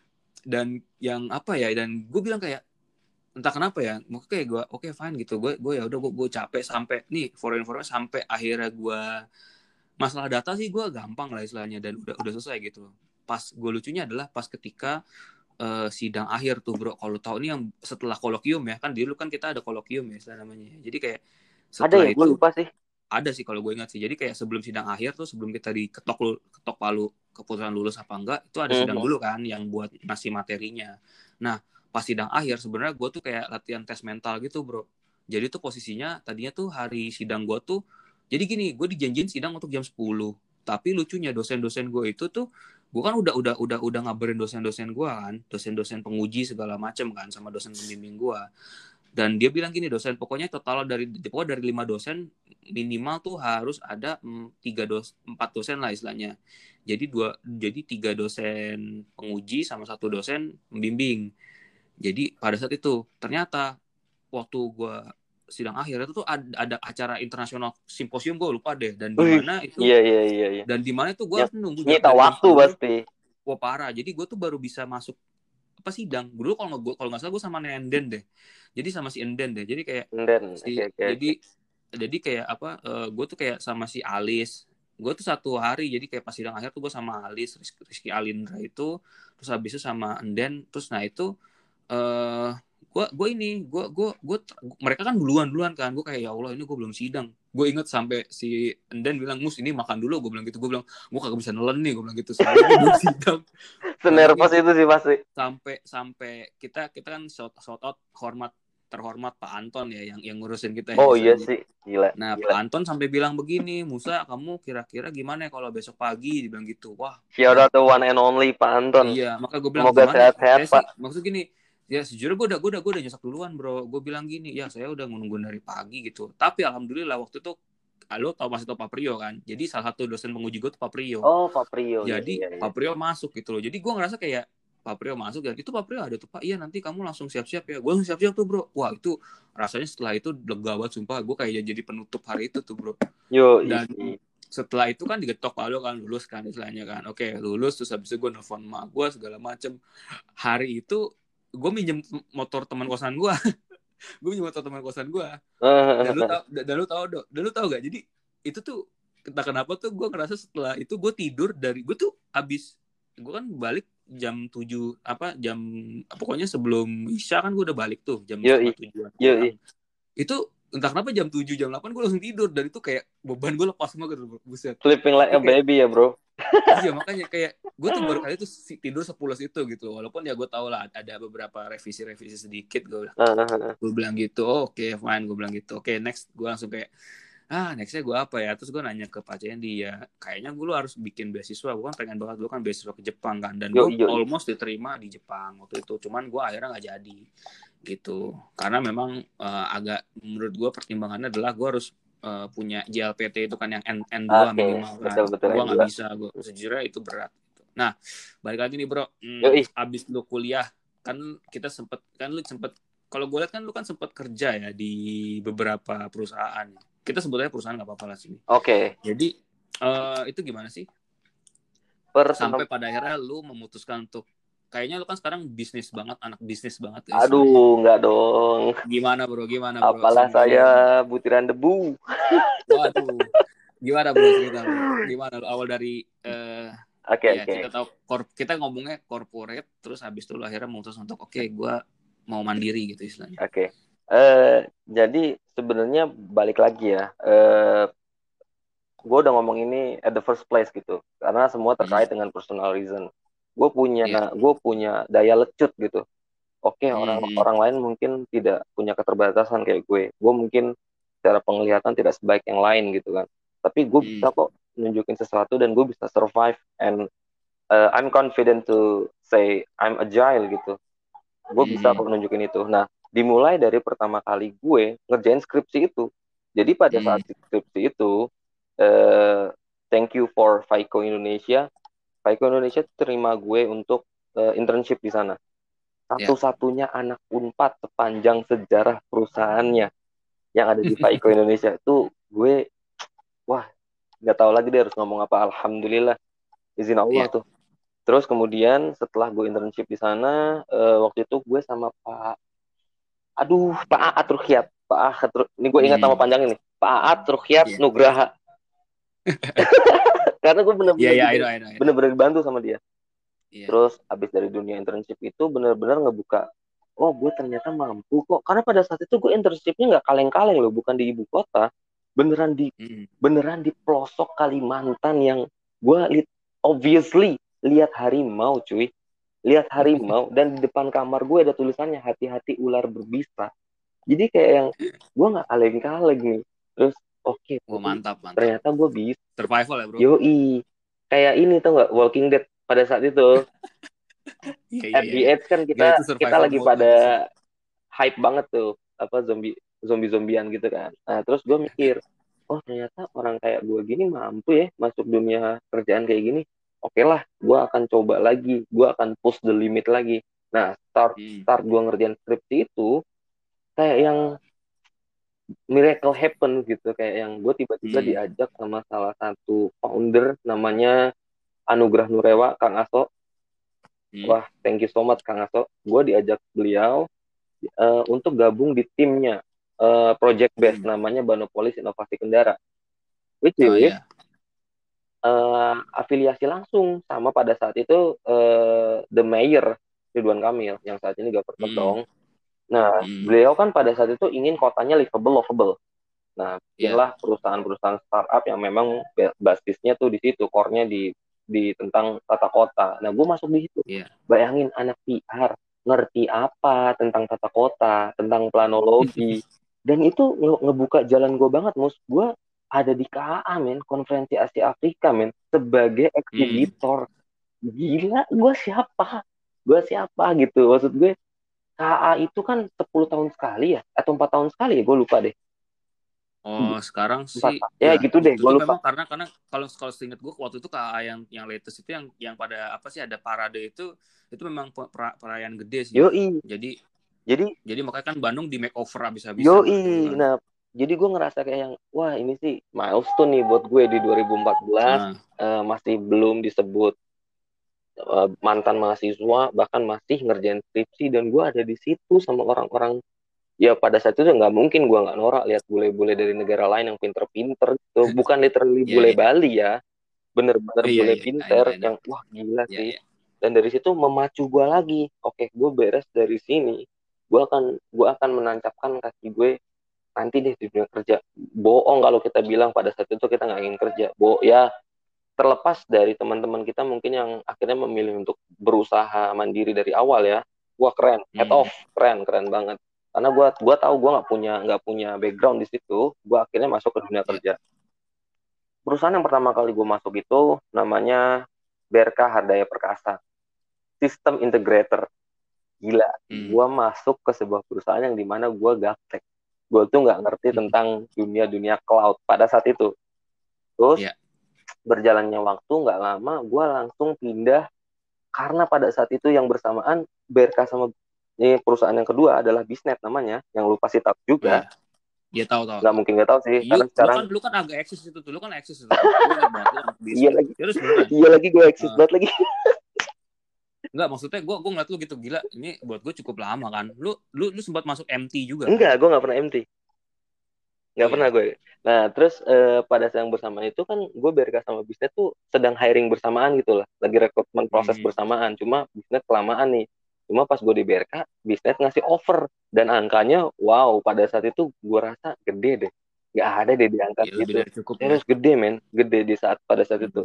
dan yang apa ya, dan gue bilang kayak entah kenapa ya, mungkin kayak gue oke okay, fine gitu, gue gue ya udah gue gue capek sampai nih for information sampai akhirnya gue masalah data sih gue gampang lah istilahnya dan udah udah selesai gitu. Pas gue lucunya adalah pas ketika uh, sidang akhir tuh bro, kalau tahu ini yang setelah kolokium ya kan, dulu kan kita ada kolokium ya istilah namanya. Jadi kayak setelah ada ya, itu gue lupa sih. Ada sih kalau gue ingat sih. Jadi kayak sebelum sidang akhir tuh, sebelum kita diketok ketok palu keputusan lulus apa enggak, itu ada sidang mm-hmm. dulu kan yang buat ngasih materinya. Nah, pas sidang akhir sebenarnya gue tuh kayak latihan tes mental gitu, bro. Jadi tuh posisinya tadinya tuh hari sidang gue tuh, jadi gini, gue dijanjiin sidang untuk jam sepuluh. Tapi lucunya dosen-dosen gue itu tuh, gue kan udah udah udah udah ngabarin dosen-dosen gue kan, dosen-dosen penguji segala macem kan, sama dosen pembimbing gue. Dan dia bilang gini, dosen pokoknya total dari pokoknya dari lima dosen minimal tuh harus ada tiga dos empat dosen lah istilahnya. Jadi dua jadi tiga dosen penguji sama satu dosen pembimbing. Jadi pada saat itu ternyata waktu gue sidang akhir itu tuh ada, ada acara internasional simposium, gue lupa deh, dan di mana itu iya, iya, iya, iya. dan di mana itu gue harus nunggu nyita waktu pasti. Wah parah. Jadi gue tuh baru bisa masuk apa sidang dulu kalau nggak kalau nggak salah gue sama Nenden deh. Jadi sama si Enden deh. Jadi kayak Enden. si, okay, okay. jadi jadi kayak apa? Uh, gue tuh kayak sama si Alis. Gue tuh satu hari. Jadi kayak pas sidang akhir tuh gue sama Alis, Rizky, Rizky Alindra itu. Terus habis itu sama Enden. Terus nah itu uh, gue gue ini gue gue gue mereka kan duluan duluan kan. Gue kayak ya Allah ini gue belum sidang. Gue inget sampai si Enden bilang, Mus ini makan dulu. Gue bilang gitu. Gue bilang gue kagak bisa nelen nih. Gue bilang gitu. Soalnya gue belum sidang. Senervous itu sih pasti. Sampai sampai kita kita kan shout, shout out hormat terhormat Pak Anton ya yang yang ngurusin kita ya. Oh iya sih, gila. Nah, gila. Pak Anton sampai bilang begini, Musa kamu kira-kira gimana ya kalau besok pagi, dibilang gitu. Wah, shout out the one and only Pak Anton. Iya, maka gue bilang semoga sehat-sehat Pak. Maksud gini, ya sejujurnya gue udah gue udah gue udah nyesek duluan bro. Gue bilang gini, ya saya udah nunggu dari pagi gitu. Tapi alhamdulillah waktu itu lo tau masih tau Pak Prio kan. Jadi salah satu dosen penguji gue tuh Pak Prio. Oh, Pak Prio. Jadi ya, ya, ya. Pak Prio masuk gitu loh. Jadi gue ngerasa kayak Pak Prio masuk dan itu Pak Prio ada tuh Pak. Iya nanti kamu langsung siap-siap ya. Gue langsung siap-siap tuh bro. Wah itu rasanya setelah itu lega banget sumpah. Gue kayak jadi penutup hari itu tuh bro. Yo, dan isi. Setelah itu kan digetok Pak kan lulus kan istilahnya kan. Oke lulus terus habis itu gue nelfon emak gue segala macem. Hari itu gue minjem motor teman kosan gue. gue minjem motor teman kosan gue. Dan lu tau, dan lu tau, dan lu tau gak? Jadi itu tuh entah kenapa tuh gue ngerasa setelah itu gue tidur dari gue tuh abis gue kan balik jam tujuh apa jam pokoknya sebelum Isya kan gue udah balik tuh jam setengah tujuan pulang. Itu entah kenapa jam tujuh jam delapan gue langsung tidur dan itu kayak beban gue lepas semua gitu buset. Sleeping like a kayak, baby ya bro. Iya makanya kayak gue tuh baru kali itu tidur sepulas itu gitu walaupun ya gue tau lah ada beberapa revisi-revisi sedikit gue bilang uh-huh. gue bilang gitu oh, oke okay, fine gue bilang gitu oke okay, next gue langsung kayak ah nextnya gue apa ya terus gue nanya ke Pak Cendi ya kayaknya gue harus bikin beasiswa gue kan pengen banget gue kan beasiswa ke Jepang kan dan gue almost diterima di Jepang waktu itu cuman gue akhirnya nggak jadi gitu karena memang uh, agak menurut gue pertimbangannya adalah gue harus uh, punya J L P T itu kan yang N N dua okay, minimal kan gue nggak bisa gue sejujurnya itu berat gitu. Nah balik lagi nih bro hmm, abis lu kuliah kan kita sempet kan lu sempet kalau gue lihat kan lu kan sempet kerja ya di beberapa perusahaan kita sebutnya perusahaan nggak apa-apa lah sini. Oke. Okay. Jadi uh, itu gimana sih? Per- Sampai pada akhirnya lu memutuskan untuk kayaknya lu kan sekarang bisnis banget, anak bisnis banget. Ya, aduh, istilahnya. Enggak dong. Gimana bro? Gimana bro? Apalah Sampai saya butiran debu. Waduh. Gimana bro cerita bro? Gimana awal dari uh, Oke okay, ya, oke. Okay. Kita tahu kor- kita ngomongnya corporate terus habis itu lu akhirnya memutuskan untuk oke okay, gue mau mandiri gitu istilahnya. Oke. Okay. Uh, jadi sebenarnya balik lagi ya, uh, gue udah ngomong ini at the first place gitu, karena semua terkait hmm. dengan personal reason. Gue punya, yeah. gue punya daya lecut gitu. Oke, okay, hmm. orang orang lain mungkin tidak punya keterbatasan kayak gue. Gue mungkin secara penglihatan tidak sebaik yang lain gitu kan. Tapi gue hmm. bisa kok nunjukin sesuatu dan gue bisa survive and uh, I'm confident to say I'm agile gitu. Gue hmm. bisa kok nunjukin itu. Nah. Dimulai dari pertama kali gue ngerjain skripsi itu. Jadi pada hmm. saat skripsi itu, uh, thank you for Faiko Indonesia. Faiko Indonesia terima gue untuk uh, internship di sana. Satu-satunya yeah. anak Unpad sepanjang sejarah perusahaannya yang ada di Faiko Indonesia. Itu gue, wah, nggak tahu lagi dia harus ngomong apa. Alhamdulillah, izin Allah yeah. tuh. Terus kemudian setelah gue internship di sana, uh, waktu itu gue sama Pak Aduh, Pak Aat Ruhyat. Pak Aat, ini gue ingat nama hmm. panjang ini. Pak Aat Ruhyat yeah. Nugraha. Karena gue bener-bener yeah, yeah, yeah, bener-bener dibantu sama dia. Yeah. Terus abis dari dunia internship itu bener-bener ngebuka, oh gue ternyata mampu kok. Karena pada saat itu gue internshipnya nggak kaleng-kaleng loh, bukan di ibu kota, beneran di mm. beneran di pelosok Kalimantan yang gue lihat, obviously lihat harimau cuy. Lihat harimau dan di depan kamar gue ada tulisannya hati-hati ular berbisa. Jadi kayak yang gue nggak kaleng-kaleng nih. Terus oke, okay, oh, mantap, mantap. Ternyata gue bisa. Survival ya bro. Yoi, kayak ini tau nggak Walking Dead pada saat itu. yeah, At yeah, the yeah. edge kan kita yeah, kita lagi pada hype banget tuh apa zombie zombie zombian gitu kan. Nah terus gue mikir, oh ternyata orang kayak gue gini mampu ya masuk dunia kerjaan kayak gini. Oke okay lah, gue akan coba lagi, gue akan push the limit lagi. Nah, start hmm. start gue ngerjain skripsi itu kayak yang miracle happen gitu, kayak yang gue tiba-tiba hmm. diajak sama salah satu founder namanya Anugrah Nurewa, Kang Aso. Hmm. Wah, thank you so much Kang Aso. Gue diajak beliau uh, untuk gabung di timnya uh, project base hmm. namanya Banopolis Inovasi Kendara. Which is oh, yeah. Uh, afiliasi langsung sama pada saat itu uh, the mayor Ridwan Kamil yang saat ini governor hmm. dong. Nah hmm. beliau kan pada saat itu ingin kotanya livable, lovable. Nah bikinlah yeah. perusahaan-perusahaan startup yang memang basisnya tuh di situ, core-nya di di tentang tata kota. Nah gue masuk di situ. Yeah. Bayangin anak P R ngerti apa tentang tata kota, tentang planologi, dan itu nge- ngebuka jalan gue banget, mus. Gue ada di K A A men, konferensi Asia Afrika men, sebagai eksibitor. Hmm. Gila, gue siapa? Gue siapa gitu, maksud gue A itu kan sepuluh tahun sekali ya, atau empat tahun sekali ya, gue lupa deh. Oh, sekarang Empat, sih ya ya gitu deh, itu gue tuh lupa. memang karena karena kalau kalau seingat gue waktu itu K A yang yang latest itu yang yang pada apa sih ada parade itu itu memang per, perayaan gede sih. Yoi. Jadi Jadi jadi makanya kan Bandung di makeover habis-habisan waktu itu yoi. kan. Nah, jadi gue ngerasa kayak yang, wah ini sih milestone nih buat gue di dua ribu empat belas. Nah, uh, masih belum disebut uh, mantan mahasiswa, bahkan masih ngerjain skripsi, dan gue ada di situ sama orang-orang. Ya pada saat itu nggak mungkin gue nggak norak lihat bule-bule dari negara lain yang pinter-pinter gitu. Bukan literally iya bule iya. Bali ya, bener-bener Iya bule iya, I know pinter I know. yang wah gila Iya sih. iya. Dan dari situ memacu gue lagi, oke gue beres dari sini, gue akan gue akan menancapkan kaki gue nanti deh di dunia kerja. Bohong kalau kita bilang pada saat itu kita nggak ingin kerja. Bo ya, terlepas dari teman-teman kita mungkin yang akhirnya memilih untuk berusaha mandiri dari awal ya. Wah keren, head Hmm. off, keren, keren banget. Karena gue gua tahu gue nggak punya nggak punya background di situ, gue akhirnya masuk ke dunia Iya. kerja. Perusahaan yang pertama kali gue masuk itu namanya B R K Hardaya Perkasa, sistem integrator. Gila, Hmm. gue masuk ke sebuah perusahaan yang dimana gue gaptek. Gue tuh nggak ngerti Hmm. tentang dunia-dunia cloud pada saat itu. Terus Iya. berjalannya waktu nggak lama, gue langsung pindah karena pada saat itu yang bersamaan B R K sama ini perusahaan yang kedua adalah Bisnet namanya, yang lu pasti tahu Oh juga. iya. Iya tahu tahu Nggak tahu. mungkin nggak tahu sih, karena Yuk, lu sekarang kan lu kan agak eksis itu tuh, lu kan eksis itu tuh. Gue ingat banget lu anak iya bisnet. lagi, Terus beneran. iya lagi gue eksis Uh, banget lagi. enggak maksudnya gue gue ngeliat lu gitu gila. Ini buat gue cukup lama kan. Lu lu lu sempat masuk M T juga kan? Enggak, gue nggak pernah M T. Nggak Oh pernah iya. gue. Nah, terus eh, pada saat yang bersamaan itu kan gue B R K sama Bisnet tuh sedang hiring bersamaan gitu lah. Lagi rekrutmen proses Hmm. bersamaan. Cuma Bisnet kelamaan nih. Cuma pas gue di B R K, Bisnet ngasih offer. Dan angkanya, wow, pada saat itu gue rasa gede deh. Nggak ada deh di angka Ya, lebih gitu. dari cukup ya. Terus gede, men. Gede di saat pada saat Hmm. itu.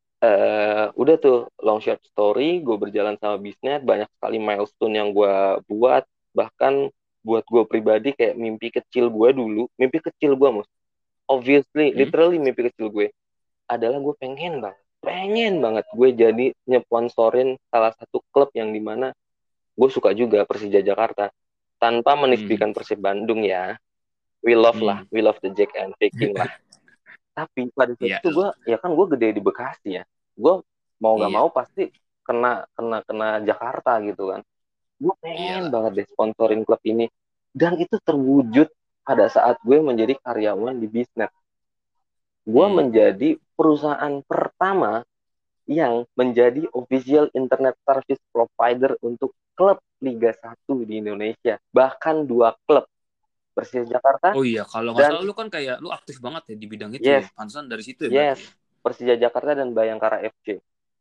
Eh udah tuh, long short story, gue berjalan sama Bisnet. Banyak sekali milestone yang gue buat. Bahkan buat gue pribadi kayak mimpi kecil gue dulu. Mimpi kecil gue, Mus, obviously, Hmm? literally mimpi kecil gue adalah gue pengen banget, pengen banget gue jadi nyeponsorin salah satu klub yang dimana gue suka juga, Persija Jakarta. Tanpa Hmm. menisbikan Persib Bandung ya, we love lah, Hmm. we love the Jack and Viking lah. Tapi pada saat Iya itu gue, lah. ya kan gue gede di Bekasi ya, gue mau nggak Iya. mau pasti kena kena kena Jakarta gitu kan. Gue pengen Iyalah. banget deh sponsorin klub ini, dan itu terwujud pada saat gue menjadi karyawan di Bisnet. Gue Hmm. menjadi perusahaan pertama yang menjadi official internet service provider untuk klub Liga satu di Indonesia. Bahkan dua klub, Persija Jakarta Oh iya, kalau nggak dan salah lu kan kayak lu aktif banget ya di bidang itu ya. yes, Pantesan dari situ ya berarti yes, ya. Persija Jakarta dan Bayangkara F C.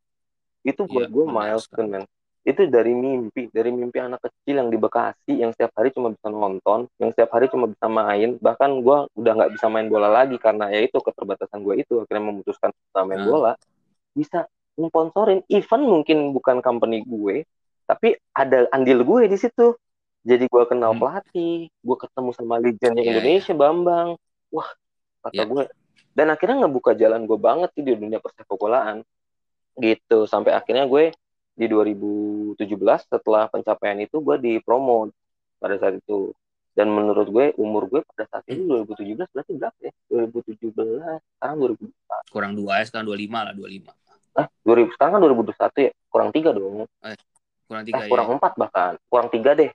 Itu Iya, buat gue benar milestone, sekali. man. Itu dari mimpi, dari mimpi anak kecil yang di Bekasi, yang setiap hari cuma bisa nonton, yang setiap hari cuma bisa main. Bahkan gue udah nggak bisa main bola lagi karena ya itu keterbatasan gue itu. Akhirnya memutuskan bisa main Nah, bola. Bisa sponsorin, even mungkin bukan company gue, tapi ada andil gue di situ. Jadi gue kenal hmm, pelatih, gue ketemu sama legendnya iya iya. Indonesia, Bambang. Wah, kata Ya. gue. Dan akhirnya ngebuka jalan gue banget sih di dunia persepak bolaan. Gitu. Sampai akhirnya gue di dua ribu tujuh belas setelah pencapaian itu gue dipromote pada saat itu. Dan menurut gue umur gue pada saat Hmm, itu dua ribu tujuh belas berarti berapa ya? dua ribu tujuh belas, sekarang dua ribu empat. kurang dua ya, sekarang dua puluh lima lah, dua puluh lima. Ah, dua ribu sekarang kan dua ribu dua puluh satu ya, kurang tiga dong. Eh, kurang Eh, tiga ya. kurang empat bahkan, kurang tiga deh.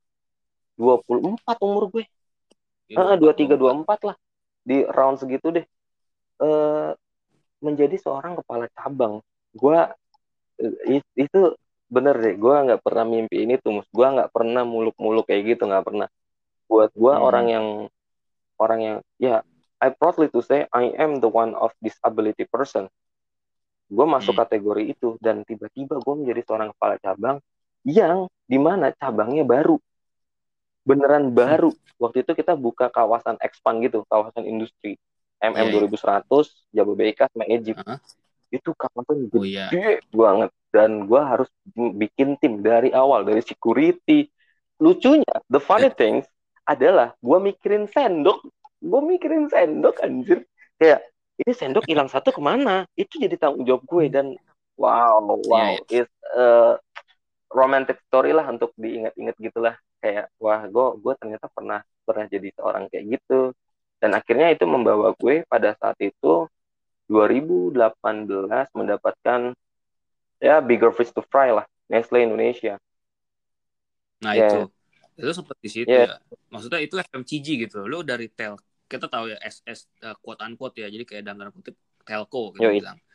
dua puluh empat umur gue. Ya Eh, dua puluh dua empat, tiga dua puluh dua empat. empat lah, di round segitu deh. Eh, menjadi seorang kepala cabang. Gue eh, itu bener deh. Gue nggak pernah mimpi ini tuh, Mus. Gue nggak pernah muluk-muluk kayak gitu, nggak pernah. Buat gue orang Hmm. yang orang yang ya, I proudly to say I am the one of disability person. Gue masuk Hmm. kategori itu dan tiba-tiba gue menjadi seorang kepala cabang yang dimana cabangnya baru, beneran baru. Waktu itu kita buka kawasan expand gitu, kawasan industri M M Iya iya. dua ribu seratus, Jabodetabek sama Egypt. Hah? Itu kawasan Oh iya. gede banget dan gue harus bikin tim dari awal, dari security. Lucunya, the funny things adalah gue mikirin sendok, gue mikirin sendok anjir, kayak ini sendok hilang satu kemana, itu jadi tanggung jawab gue. Dan wow Iya wow iya. is a romantic story lah untuk diingat-ingat gitulah. kayak wah gue gue ternyata pernah pernah jadi seorang kayak gitu. Dan akhirnya itu membawa gue pada saat itu dua ribu delapan belas mendapatkan ya bigger fish to fry lah, Nestle Indonesia. Nah Ya, itu, itu sempat di situ ya, ya. Maksudnya itu F M C G gitu. Lo dari tel, kita tahu ya S S uh, quote unquote ya. Jadi kayak dalam tanda kutip telco kita yoi, bilang.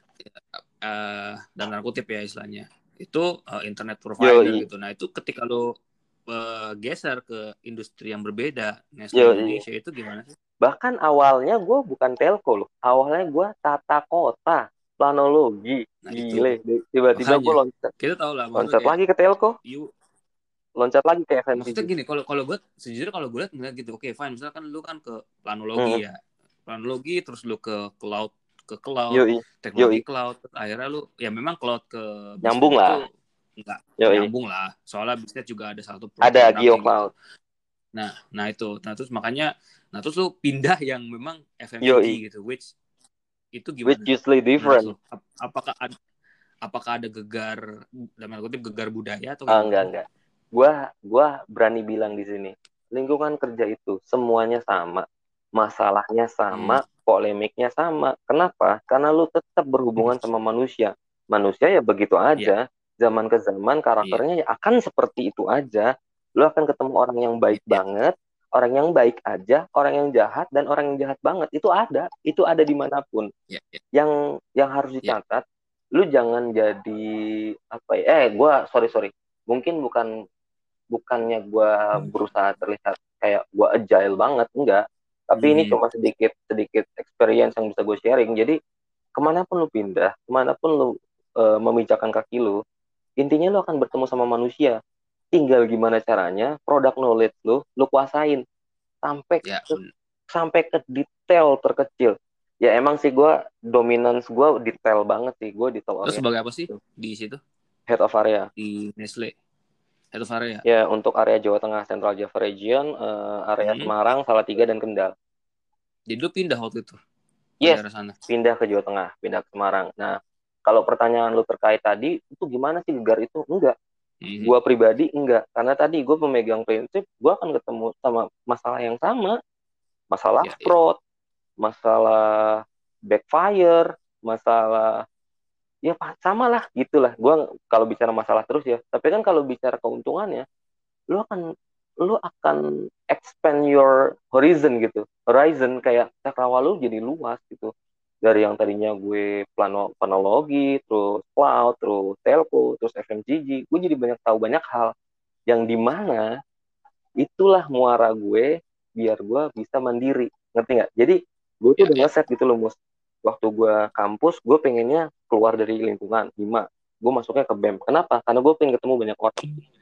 Uh, dalam tanda kutip ya istilahnya. Itu uh, internet provider yoi, gitu. Nah itu ketika lo uh, geser ke industri yang berbeda, Nestle yoi. Indonesia itu gimana sih? Bahkan awalnya gue bukan telco loh. Awalnya gue tata kota, planologi. Nah itu Gile, tiba-tiba gue makanya loncat, kita tahu lah maksudnya loncat kayak lagi ke telco, you loncat lagi ke maksudnya F M C G. gini kalau kalau gue sejujurnya kalau gue lihat ngeliat gitu oke okay, fine misalkan lu kan ke planologi Mm-hmm. ya planologi terus lu ke cloud ke cloud Yoi, teknologi yoi, cloud terus akhirnya lu ya memang cloud ke nyambung bisnet lah. itu enggak Yoi, nyambung lah soalnya bisnet juga ada satu ada produknya gitu GeoCloud. nah nah itu nah terus makanya nah terus lu pindah yang memang F M C G Yoi, gitu which itu which gimana usually menurut different. lu apakah ada apakah ada gegar dalam tanda kutip gegar budaya atau Ah, kayak enggak, gimana? enggak. Gua, gua berani bilang di sini, lingkungan kerja itu semuanya sama, masalahnya Hmm. sama, polemiknya sama. Kenapa? Karena lu tetap berhubungan sama manusia. Manusia ya begitu Iya, aja. Zaman ke zaman iya, karakternya ya akan seperti itu aja. Lu akan ketemu orang yang baik iya, banget, orang yang baik aja, orang yang jahat dan orang yang jahat banget. Itu ada, itu ada dimanapun. iya, iya, Yang yang harus iya. dicatat, lu jangan jadi apa ya? Eh, gua sorry sorry. Mungkin bukan bukannya gue berusaha terlihat kayak gue agile banget, enggak, tapi ini Mhm. cuma sedikit sedikit experience yang bisa gue sharing. Jadi kemanapun lu pindah, kemanapun lu uh, memijakan kaki lu, intinya lu akan bertemu sama manusia. Tinggal gimana caranya produk knowledge lu lu kuasain sampai Ya, ke, bener. sampai ke detail terkecil. Ya emang sih gue dominance gue detail banget sih, gue detail Lo sebagai oriented, apa sih di situ head of area. di Nestle? Itu Varia. Ya, untuk area Jawa Tengah, Central Java Region, eh, area Hmm. Semarang, Salatiga, dan Kendal. Jadi lo pindah waktu itu ke Yes, daerah sana. pindah ke Jawa Tengah, pindah ke Semarang. Nah, kalau pertanyaan lu terkait tadi, itu gimana sih gegar itu? Enggak. Mhm. Gua pribadi enggak. Karena tadi gue pemegang prinsip, gue akan ketemu sama masalah yang sama. Masalah Ya, ya, fraud, masalah backfire, masalah ya sama lah gitulah. Gue kalau bicara masalah terus ya. Tapi kan kalau bicara keuntungannya, lu akan lu akan expand your horizon gitu. Horizon kayak cakrawala lu jadi luas gitu. Dari yang tadinya gue plano planologi, terus cloud, terus telco, terus F M C G, gue jadi banyak tahu banyak hal yang dimana itulah muara gue biar gue bisa mandiri. Ngerti nggak? Jadi gue tuh ya, udah ya, ngeset gitu loh, Mus. Waktu gue kampus, gue pengennya keluar dari lingkungan hima. Gue masuknya ke B E M. Kenapa? Karena gue pengen ketemu banyak orang.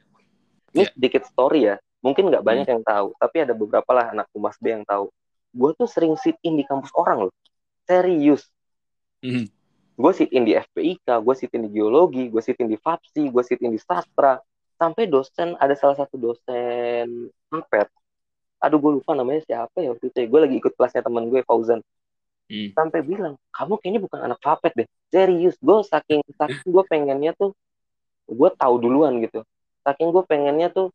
Ini ya. sedikit story ya, mungkin nggak Hmm. banyak yang tahu, tapi ada beberapa lah anak Humas B yang tahu. Gue tuh sering sit in di kampus orang loh, serius. Mhm. Gue sit in di F P I K, gue sit in di geologi, gue sit in di FAPSI, gue sit in di sastra. Sampai dosen, ada salah satu dosen Ampet, aduh gue lupa namanya siapa ya waktu itu. Gue lagi ikut kelasnya teman gue, Fauzan. Hmm. Sampai bilang, kamu kayaknya bukan anak Fapet deh. Serius, gue saking, saking gue pengennya tuh, gue tahu duluan gitu. Saking gue pengennya tuh,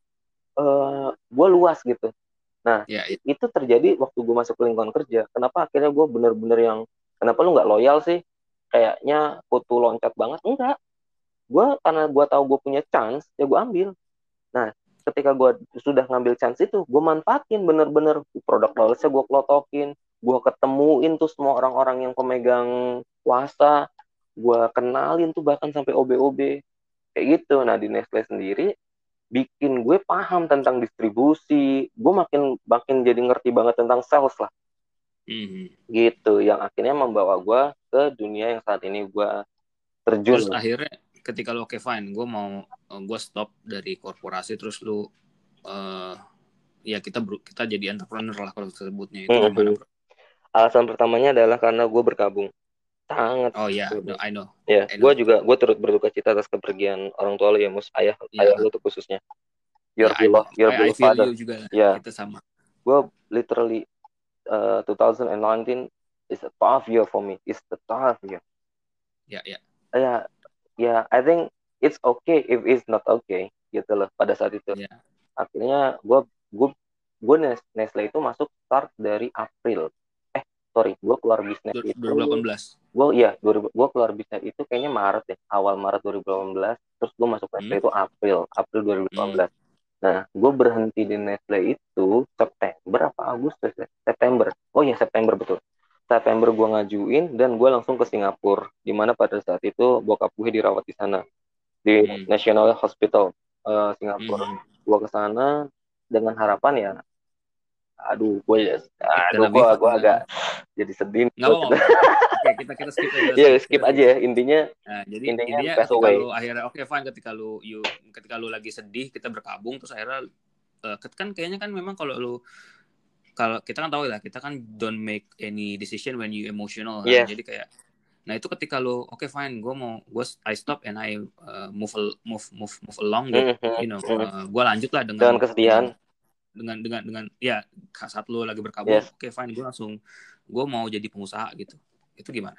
uh, gue luas gitu. Nah, Ya, ya. itu terjadi waktu gue masuk ke lingkungan kerja. Kenapa akhirnya gue bener-bener yang, kenapa lu nggak loyal sih? Kayaknya kutu loncat banget. Enggak. Gue karena gue tahu gue punya chance, ya gue ambil. Nah, ketika gue sudah ngambil chance itu, gue manfaatin bener-bener produk knowledge-nya gue klotokin. Gue ketemuin tuh semua orang-orang yang pemegang kuasa. Gue kenalin tuh bahkan sampai O B O B. Kayak gitu. Nah, di Nestle sendiri, bikin gue paham tentang distribusi, gue makin makin jadi ngerti banget tentang sales lah, Mhm. gitu, yang akhirnya membawa gue ke dunia yang saat ini gue terjun Terus lah. akhirnya ketika lo oke okay, fine, gue mau gue stop dari korporasi terus lu uh, ya kita ber, kita jadi entrepreneur lah kalau sebutnya itu gimana Mm-hmm. bro? Alasan pertamanya adalah karena gue berkabung, sangat Oh ya, yeah. No, berkabung. I know, Ya, I gue know. juga gue turut berduka cita atas kepergian orang tua lo ya, Mus, ayah ayah Ya, lo tuh khususnya, ya your I know. beloved your I, I beloved feel father. you juga. Ya, Kita sama. gue literally uh, twenty nineteen is a tough year for me, it's the tough year. Ya, ya. Ya, ya, I think it's okay if it's not okay gitu loh pada saat itu. Ya. akhirnya gue gue gue Nestle itu masuk start dari April eh sorry gue keluar bisnis dua itu ribu delapan belas gue iya gue keluar bisnis itu kayaknya Maret ya, awal Maret dua ribu delapan belas, terus gue masuk Nestle hmm? itu April April dua ribu delapan belas. Hmm. Nah gue berhenti di Nestle itu September apa Agustus ya? September, oh ya September betul. September gue ngajuin dan gue langsung ke Singapura, dimana pada saat itu bokap gue dirawat di sana di Hmm. National Hospital uh, Singapura. Hmm. Gue ke sana dengan harapan ya, aduh gue ya, Dan aduh gue Aviva gue kan agak jadi sedih. nggak apa-apa. Oke, kita kita skip aja, kita Ya skip, skip kita aja skip. ya, intinya Nah, jadi intinya intinya pass ketika away. lu akhirnya oke okay, fine, ketika lu you ketika lu lagi sedih kita berkabung, terus akhirnya uh, kan kayaknya kan memang kalau lu kalau kita kan tahu lah, kita kan don't make any decision when you emotional kan. Yes. Jadi kayak nah itu ketika lu oke okay, fine, gue mau gue I stop and I uh, move move move move along with Mm-hmm. you know Mm-hmm. uh, gue lanjut lah dengan dengan kesedihan dengan dengan dengan, dengan ya saat lu lagi berkabung. Yes. Oke okay, fine, gue langsung gue mau jadi pengusaha gitu. Itu gimana?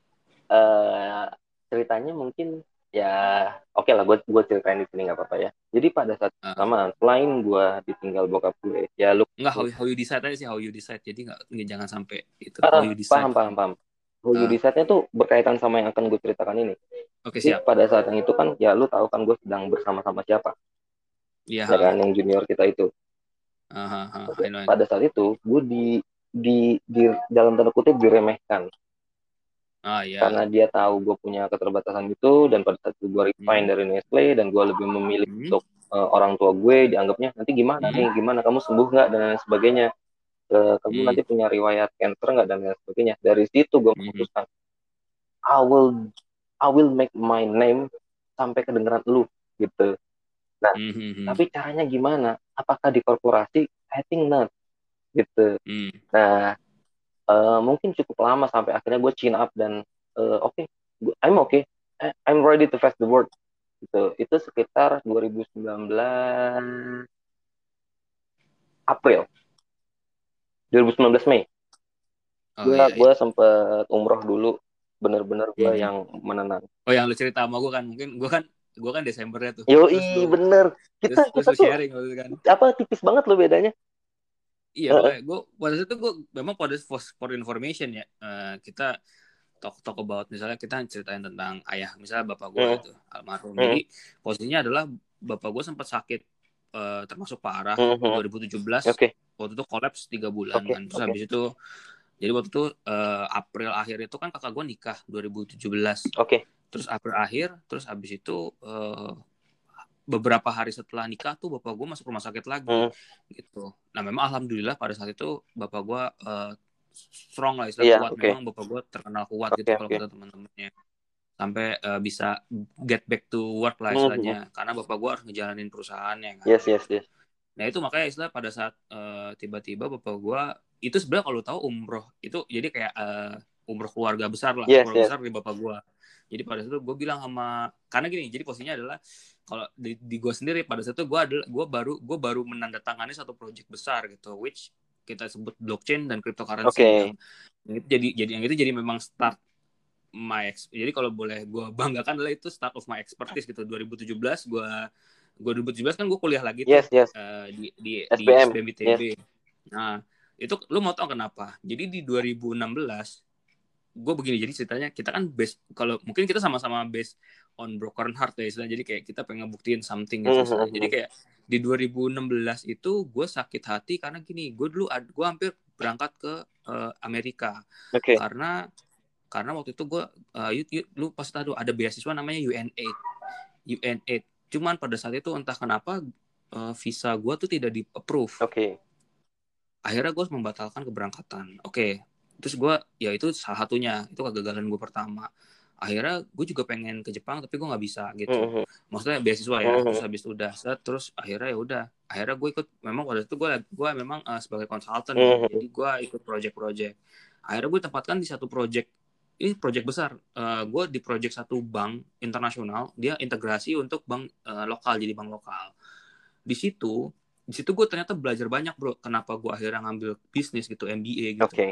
Uh, ceritanya mungkin ya oke okay lah, gue gue ceritain di sini nggak apa-apa ya. Jadi pada saat uh, sama selain gue ditinggal bokap gue, ya lu nggak how, how you decide aja sih, how you decide. Jadi nggak jangan sampai itu uh, how you decide. Paham paham paham. How you uh. decide-nya tuh berkaitan sama yang akan gue ceritakan ini. Oke okay, siap. Pada saat yang itu kan ya lu tahu kan gue sedang bersama-sama siapa? Iya. Ya kan, yang junior kita itu. Uh, uh, uh, I know. Pada saat itu gue di di di dalam tanda kutip diremehkan. Ah, yeah. Karena dia tahu gue punya keterbatasan gitu, dan pada saat itu gue resign hmm. dari Nestle dan gue lebih memilih hmm. untuk uh, orang tua gue dianggapnya nanti gimana hmm. nih, gimana kamu sembuh nggak dan lain sebagainya, uh, kamu hmm. nanti punya riwayat cancer nggak dan lain sebagainya. Dari situ gue memutuskan hmm. I will I will make my name sampai kedengeran lu gitu. Nah hmm. tapi caranya gimana? Apakah di korporasi? I think not gitu. Hmm. Nah Uh, mungkin cukup lama sampai akhirnya gue chin up dan uh, oke, okay, I'm okay, I'm ready to face the world. Gitu. Itu sekitar dua ribu sembilan belas April, dua ribu sembilan belas Mei. Oh, gue iya, gue iya. sempet umroh dulu, bener-bener gue hmm. yang menenang. Oh, yang lu cerita sama gue kan, mungkin gue kan gue kan Desembernya tuh. Yoi, bener. Kita terus, kita terus tuh sharing kan. Apa tipis banget lo bedanya. Iya, uh, gue pada saat itu gue memang pada for information ya, uh, kita talk talk about misalnya kita ceritain tentang ayah, misalnya bapak gue uh, itu almarhum. Uh, Jadi posisinya adalah bapak gue sempat sakit uh, termasuk parah uh, dua ribu tujuh belas. Okay. Waktu itu kolaps tiga bulan okay, kan. Terus okay. habis itu jadi waktu itu uh, April akhir itu kan kakak gue nikah dua ribu tujuh belas. Oke. Okay. Terus April akhir, terus habis itu uh, beberapa hari setelah nikah tuh bapak gue masuk rumah sakit lagi hmm. gitu. Nah memang alhamdulillah pada saat itu bapak gue uh, strong lah, istilah yeah, kuat. Okay. Memang bapak gue terkenal kuat okay, gitu kalau okay. kata teman-temannya. Sampai uh, bisa get back to work lah istilahnya. Hmm. Karena bapak gue harus ngejalanin perusahaannya kan. Yes yes yes. Nah itu makanya istilah pada saat uh, tiba-tiba bapak gue itu sebenarnya kalau tahu umroh itu jadi kayak uh, umroh keluarga besar lah, yes, keluarga yes. besar di bapak gue. Jadi pada saat itu gue bilang sama, karena gini, jadi posisinya adalah kalau di, di gue sendiri pada saat itu gue adalah gue baru gue baru menandatangani satu proyek besar gitu, which kita sebut blockchain dan cryptocurrency. Okay. Yang, yang itu jadi jadi yang itu jadi memang start my ex. Jadi kalau boleh gue banggakan adalah itu start of my expertise gitu. dua ribu tujuh belas gue gue dua ribu tujuh belas kan gue kuliah lagi yes, tuh yes. Uh, di di S B M. di S B M I T B. Yes. Nah itu lu mau tahu kenapa? Jadi di dua ribu enam belas gue begini, jadi ceritanya kita kan base, kalau mungkin kita sama-sama base on broken heart ya istilahnya, jadi kayak kita pengen buktiin something gitu istilahnya. Jadi kayak di dua ribu enam belas itu gue sakit hati karena gini, gue dulu gue hampir berangkat ke uh, Amerika. Okay. karena karena waktu itu gue uh, you, you, lu pasti tahu ada beasiswa namanya U N aid U N aid cuman pada saat itu entah kenapa uh, visa gue tuh tidak di approve. Okay. Akhirnya gue membatalkan keberangkatan. Oke. Okay. Terus gue, ya itu salah satunya, itu kegagalan gue pertama. Akhirnya gue juga pengen ke Jepang, tapi gue nggak bisa gitu. Mm-hmm. Maksudnya beasiswa ya. Mm-hmm. Terus habis itu udah set, terus akhirnya ya udah. Akhirnya gue ikut, memang pada itu gue gue memang uh, sebagai konsultan, mm-hmm. jadi gue ikut project-project. Akhirnya gue tempatkan di satu project, ini project besar. Uh, gue di project satu bank internasional, dia integrasi untuk bank uh, lokal, jadi bank lokal. Di situ, di situ gue ternyata belajar banyak bro. Kenapa gue akhirnya ngambil bisnis gitu, M B A gitu. Okay.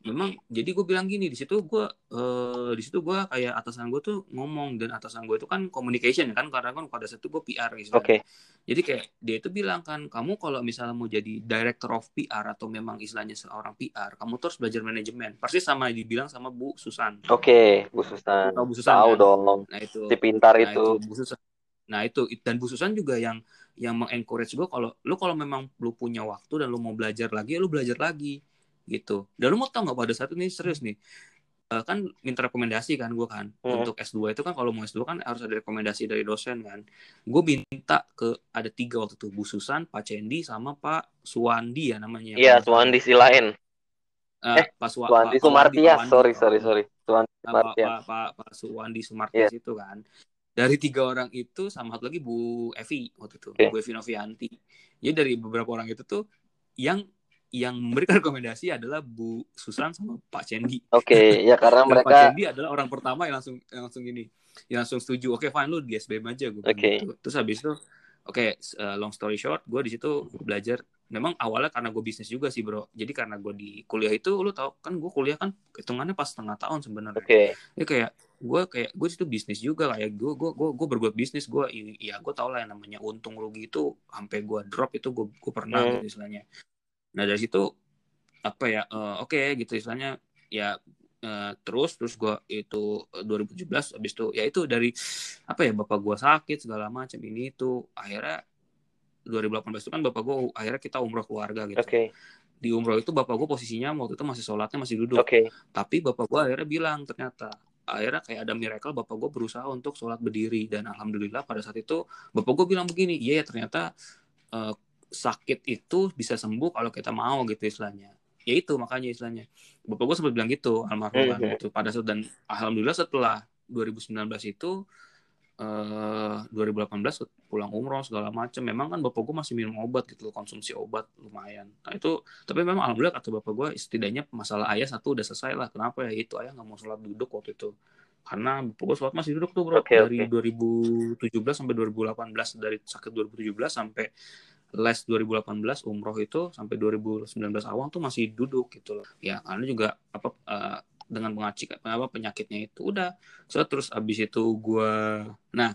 memang jadi gue bilang gini, di situ gue uh, di situ gue kayak atasan gue tuh ngomong, dan atasan gue itu kan communication kan, karena kan pada saat itu gue P R istilahnya. Oke. Jadi kayak dia itu bilang kan, kamu kalau misalnya mau jadi director of P R atau memang istilahnya seorang P R, kamu terus belajar manajemen. Persis sama dibilang sama Bu Susan. Oke, Bu Susan. Tahu Bu Susan Tahu kan? dong. Nah itu, Si pintar nah itu. itu Bu Susan. Nah itu, dan Bu Susan juga yang yang mengencourage gue, kalau lu kalau memang lu punya waktu dan lu mau belajar lagi, ya lu belajar lagi gitu. Dan lu mau tau nggak, pada saat ini serius nih, uh, kan minta rekomendasi kan gue kan, hmm. untuk S dua itu kan, kalau mau S dua kan harus ada rekomendasi dari dosen kan. Gue minta ke ada tiga waktu itu, Bu Susan, Pak Cendi, sama Pak Suwandi ya namanya. Iya, Suwandi silain. Uh, eh, Pak Suwa, Suwandi Pak, Sumartias, Pak sorry sorry sorry. Suwandi Pak, Sumartias. Pak, Pak, Pak Suwandi Sumartias yeah. itu kan. Dari tiga orang itu, sama satu lagi Bu Evi waktu itu, okay. Bu Evi Novianti. Jadi dari beberapa orang itu tuh, yang yang memberikan rekomendasi adalah Bu Susan sama Pak Cendi. Oke, okay, ya karena mereka Pak Cendi adalah orang pertama yang langsung yang langsung ini, yang langsung setuju. Oke, okay, fine, lu di S B M aja gue. Oke. Okay. Gitu. Terus habis itu, oke, okay, uh, long story short, gue di situ belajar. Memang awalnya karena gue bisnis juga sih bro. Jadi karena gue di kuliah itu, lu tau kan, gue kuliah kan hitungannya pas setengah tahun sebenarnya. Oke. Okay. Ya kayak gue kayak gue itu bisnis juga, kayak gue gue gue gue berbuat bisnis. Gue ya gue tau lah yang namanya untung rugi itu, sampai gue drop itu gue gue pernah hmm. gitu istilahnya. Nah dari situ apa ya, uh, oke okay, gitu istilahnya ya. Uh, terus terus gue itu uh, dua ribu tujuh belas abis itu ya itu dari apa ya, bapak gue sakit segala macam ini itu, akhirnya dua ribu delapan belas itu kan bapak gue akhirnya kita umroh keluarga gitu. Okay. Di umroh itu bapak gue posisinya waktu itu masih sholatnya masih duduk. Okay. Tapi bapak gue akhirnya bilang, ternyata akhirnya kayak ada miracle, bapak gue berusaha untuk sholat berdiri, dan alhamdulillah pada saat itu bapak gue bilang begini, iya ya ternyata uh, sakit itu bisa sembuh kalau kita mau gitu istilahnya. Ya itu makanya istilahnya bapak gue sempat bilang gitu, almarhum kan gitu pada saat. Dan alhamdulillah setelah dua ribu sembilan belas itu Uh, dua ribu delapan belas pulang umroh segala macam, memang kan bapak gue masih minum obat gitu, konsumsi obat lumayan. Nah itu, tapi memang alhamdulillah kata bapak gue, setidaknya masalah ayah satu udah selesai lah. Kenapa ya, itu ayah nggak mau sholat duduk waktu itu, karena bapak gue sholat masih duduk tuh bro. Okay, dari okay. dua ribu tujuh belas sampai dua ribu delapan belas, dari sakit dua ribu tujuh belas sampai les dua ribu delapan belas umroh itu sampai dua ribu sembilan belas awal tuh masih duduk gitu loh. Ya karena juga apa uh, dengan pengacik apa penyakitnya itu udah. So terus abis itu gue nah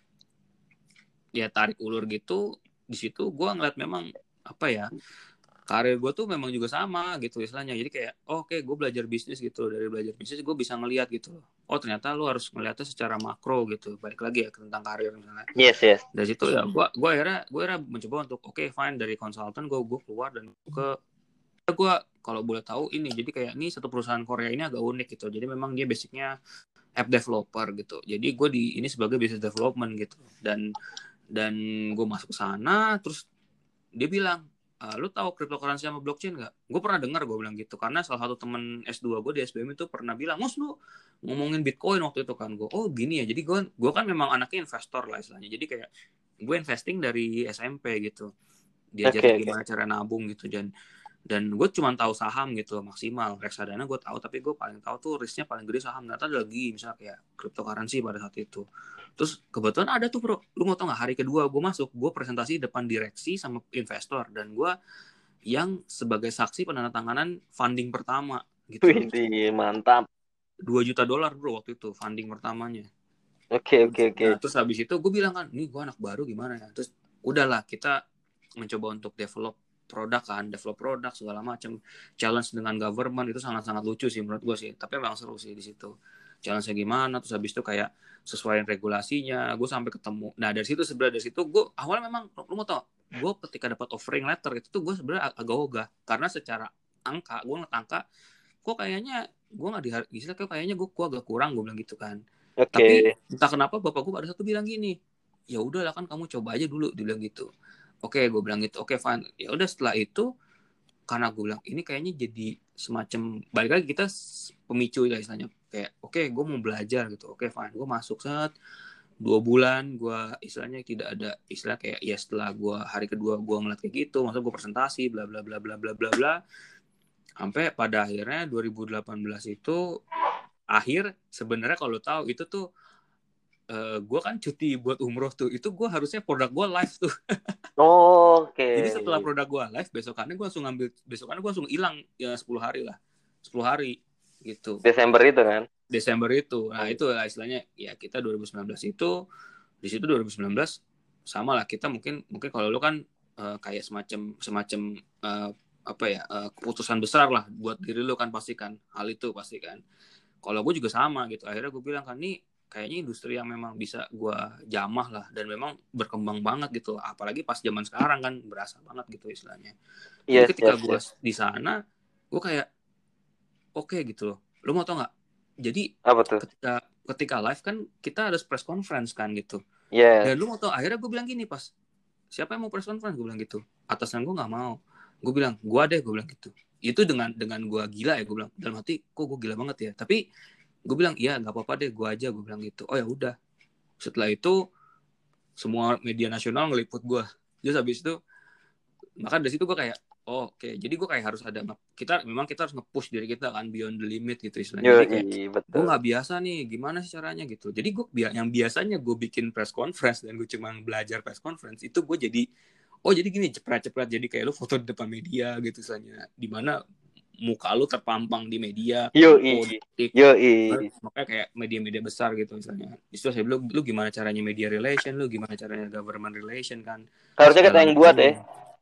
ya tarik ulur gitu, di situ gue ngeliat memang apa ya, karir gue tuh memang juga sama gitu istilahnya. Jadi kayak oh, oke okay, gue belajar bisnis gitu, dari belajar bisnis gue bisa ngeliat gitu loh, oh ternyata lu harus ngeliatnya secara makro gitu. Balik lagi ya tentang karir misalnya. Yes yes. Dari situ ya gue gue akhirnya gue akhirnya mencoba untuk oke okay, fine, dari konsultan gue gue keluar dan ke gue kalau boleh tahu ini, jadi kayak ini satu perusahaan Korea ini agak unik gitu. Jadi memang dia basicnya app developer gitu. Jadi gue di ini sebagai business development gitu. Dan dan gue masuk ke sana, terus dia bilang, e, lu tahu cryptocurrency sama blockchain nggak? Gue pernah dengar, gue bilang gitu. Karena salah satu temen S dua gue di S B M itu pernah bilang, Mus lu ngomongin Bitcoin waktu itu kan. Gue oh gini ya. Jadi gue gue kan memang anaknya investor lah istilahnya. Jadi kayak gue investing dari S M P gitu. Diajarin okay, gimana okay. cara nabung gitu. Dan dan gue cuma tahu saham gitu maksimal, reksadana gue tahu, tapi gue paling tahu tuh risknya paling gede saham. Ternyata ada lagi misalnya kayak cryptocurrency pada saat itu. Terus kebetulan ada tuh bro, lu mau tau nggak, hari kedua gue masuk, gue presentasi depan direksi sama investor, dan gue yang sebagai saksi penandatanganan funding pertama gitu. Wih, mantap. dua juta dolar bro waktu itu funding pertamanya. Oke okay, oke okay, oke. Okay. Nah terus habis itu gue bilang kan, nih gue anak baru gimana ya. Terus udahlah kita mencoba untuk develop produk kan, develop produk segala macam, challenge dengan government itu sangat-sangat lucu sih menurut gue sih, tapi memang seru sih di situ. Challenge-nya gimana, terus habis itu kayak sesuaiin regulasinya, gue sampai ketemu. Nah dari situ sebenarnya dari situ gue awalnya memang, lu mau tau, gue ketika dapat offering letter itu tuh gue sebenarnya agak ogah, karena secara angka gue ngeliat angka, kok kayaknya gue nggak dihargai, istilahnya kayaknya gue gue agak kurang, gue bilang gitu kan. Okay. Tapi entah kenapa bapak gue pada satu bilang gini, ya udahlah kan kamu coba aja dulu, dia bilang gitu. Oke, okay, gue bilang gitu. Oke, okay, fine. Ya udah setelah itu, karena gue bilang ini kayaknya jadi semacam balik lagi kita pemicu lah istilahnya. Kayak oke, okay, gue mau belajar gitu. Oke, okay, fine. Gue masuk saat dua bulan, gue istilahnya tidak ada istilah kayak ya setelah gue hari kedua gue ngeliat kayak gitu, maksud gue presentasi, bla bla bla bla bla bla bla. Sampai pada akhirnya dua ribu delapan belas itu akhir sebenarnya kalau tahu itu tuh. Uh, gue kan cuti buat umroh tuh, itu gue harusnya produk gue live tuh. Oh, oke. Okay. Jadi setelah produk gue live, besokannya gue langsung ngambil, besokannya gue langsung hilang ya sepuluh hari lah. sepuluh hari gitu. Desember itu kan? Desember itu. Nah, itu lah istilahnya ya kita dua ribu sembilan belas itu di situ dua ribu sembilan belas sama lah kita mungkin mungkin kalau lu kan uh, kayak semacam semacam uh, apa ya uh, keputusan besar lah buat diri lu kan pasti kan hal itu pasti kan. Kalau gue juga sama gitu. Akhirnya gue bilang kan nih kayaknya industri yang memang bisa gue jamah lah dan memang berkembang banget gitu. Apalagi pas zaman sekarang kan berasa banget gitu istilahnya. Jadi yes, ketika yes, gue yes. di sana, gue kayak oke okay, gitu loh. Lo mau tau nggak? Jadi apa tuh? ketika ketika live kan kita harus press conference kan gitu. Yes. Dan lo mau tau akhirnya gue bilang gini pas siapa yang mau press conference gue bilang gitu. Atasan gue nggak mau. Gue bilang gue deh gue bilang gitu. Itu dengan dengan gue gila ya gue bilang dalam hati kok gue gila banget ya. Tapi gue bilang iya nggak apa-apa deh gue aja gue bilang gitu. Oh ya udah. Setelah itu semua media nasional ngeliput gue. Terus habis itu maka dari situ gue kayak oh, oke okay. Jadi gue kayak harus ada kita memang kita harus nge-push diri kita kan beyond the limit gitu istilahnya. Jadi kayak gue nggak biasa nih gimana sih caranya gitu. Jadi gue yang biasanya gue bikin press conference dan gue cuma belajar press conference itu gue jadi oh jadi gini cepet-cepet jadi kayak lu foto di depan media gitu istilahnya di mana muka lu terpampang di media yo yo makanya kayak media-media besar gitu misalnya itu saya bilang lu gimana caranya media relation lu gimana caranya government relation kan harusnya kita yang buat ya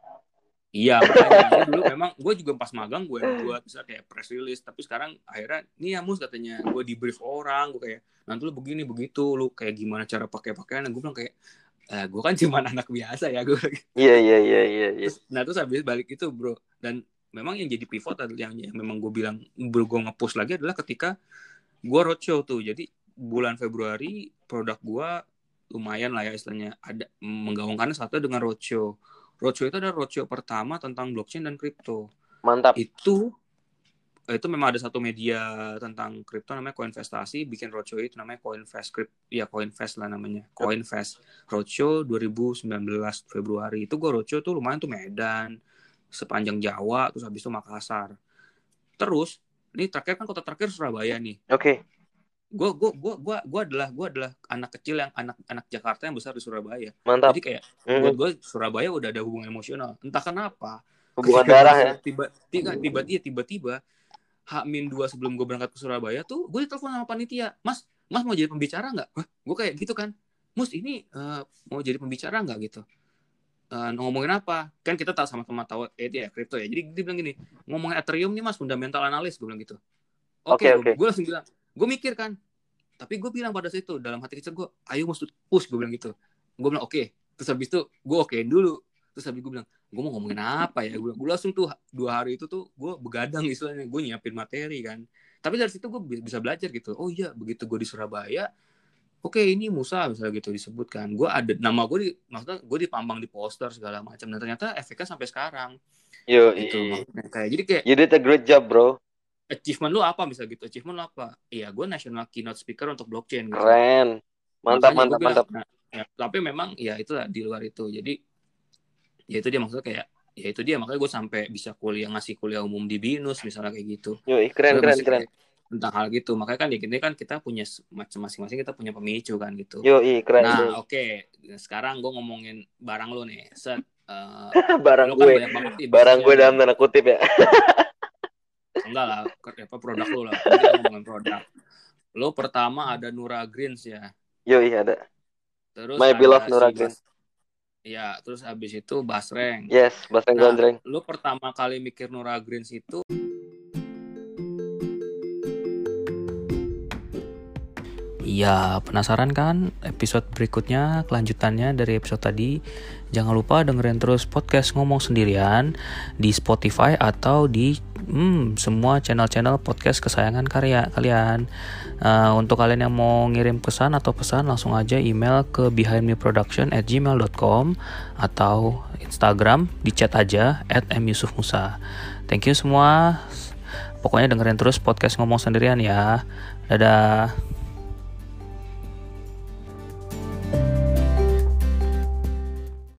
iya makanya dulu memang gue juga pas magang gue yang buat bisa kayak press release tapi sekarang akhirnya nih ya Mus katanya gue di brief orang gue kayak nanti lu begini begitu lu kayak gimana cara pakai pakaian gue bilang kayak eh, gue kan cuma anak biasa ya gue iya iya iya iya nah terus habis balik itu bro dan memang yang jadi pivot adalah yang, yang memang gue bilang gue nge-push lagi adalah ketika gue roadshow tuh jadi bulan Februari produk gue lumayan lah ya istilahnya ada menggaungkannya satu dengan roadshow roadshow itu adalah roadshow pertama tentang blockchain dan kripto mantap itu itu memang ada satu media tentang kripto namanya Koinvestasi bikin roadshow itu namanya Koinvest Crypto ya Koinvest lah namanya Koinvest roadshow dua ribu sembilan belas Februari itu gue roadshow tuh lumayan tuh Medan sepanjang Jawa terus habis itu Makassar terus ini terakhir kan kota terakhir Surabaya nih oke okay. gue gue gue gue gue adalah gue adalah anak kecil yang anak anak Jakarta yang besar di Surabaya mantap jadi kayak mm. buat gue Surabaya udah ada hubungan emosional entah kenapa hubungan darah ya tiba tiba tiba tiba tiba tiba H minus dua sebelum gue berangkat ke Surabaya tuh gue ditelepon sama panitia mas mas mau jadi pembicara nggak gue kayak gitu kan mus ini uh, mau jadi pembicara nggak gitu Uh, ngomongin apa kan kita tahu sama-sama tahu eh ya kripto ya jadi dia bilang gini ngomongin Ethereum nih mas fundamental analis gue bilang gitu oke okay, okay. gue langsung bilang gue mikir kan tapi gue bilang pada saat itu dalam hati kecil gue ayo mesti push gue bilang gitu gue bilang oke okay. Terus habis itu gue okein dulu terus habis gue bilang gue mau ngomongin apa ya gue, gue langsung tuh dua hari itu tuh gue begadang istilahnya gue nyiapin materi kan tapi dari situ gue bisa belajar gitu oh iya begitu gue di Surabaya oke ini Musa misalnya gitu disebutkan gue ada nama gue di maksudnya gue dipampang di poster segala macam dan ternyata efeknya sampai sekarang yo gitu maksudnya kayak jadi kayak you did a great job bro achievement lu apa misalnya gitu achievement lu apa iya gue national keynote speaker untuk blockchain gitu. Keren mantap makanya mantap bilang, mantap nah, ya, tapi memang ya itulah di luar itu jadi ya itu dia maksudnya kayak ya itu dia makanya gue sampai bisa kuliah ngasih kuliah umum di BINUS misalnya kayak gitu yo keren keren keren tentang hal gitu makanya kan di sini kan kita punya masing-masing kita punya pemicu kan gitu yo keren nah oke okay. Sekarang gue ngomongin barang lo nih set uh, barang gue kan nih, barang gue dalam tanda kutip ya enggak lah apa produk lo lah kita ngomongin produk lo pertama ada Nura Greens ya yo ada terus my beloved Nura si Greens ya terus habis itu Basreng yes Basreng nah, Gondreng lo pertama kali mikir Nura Greens itu Ya, penasaran kan episode berikutnya, kelanjutannya dari episode tadi? Jangan lupa dengerin terus podcast Ngomong Sendirian di Spotify atau di hmm, semua channel-channel podcast kesayangan karya kalian. Uh, untuk kalian yang mau ngirim pesan atau pesan, langsung aja email ke behindmeproduction at gmail dot com atau Instagram, di chat aja at m yusuf musa. Thank you semua. Pokoknya dengerin terus podcast Ngomong Sendirian ya. Dadah.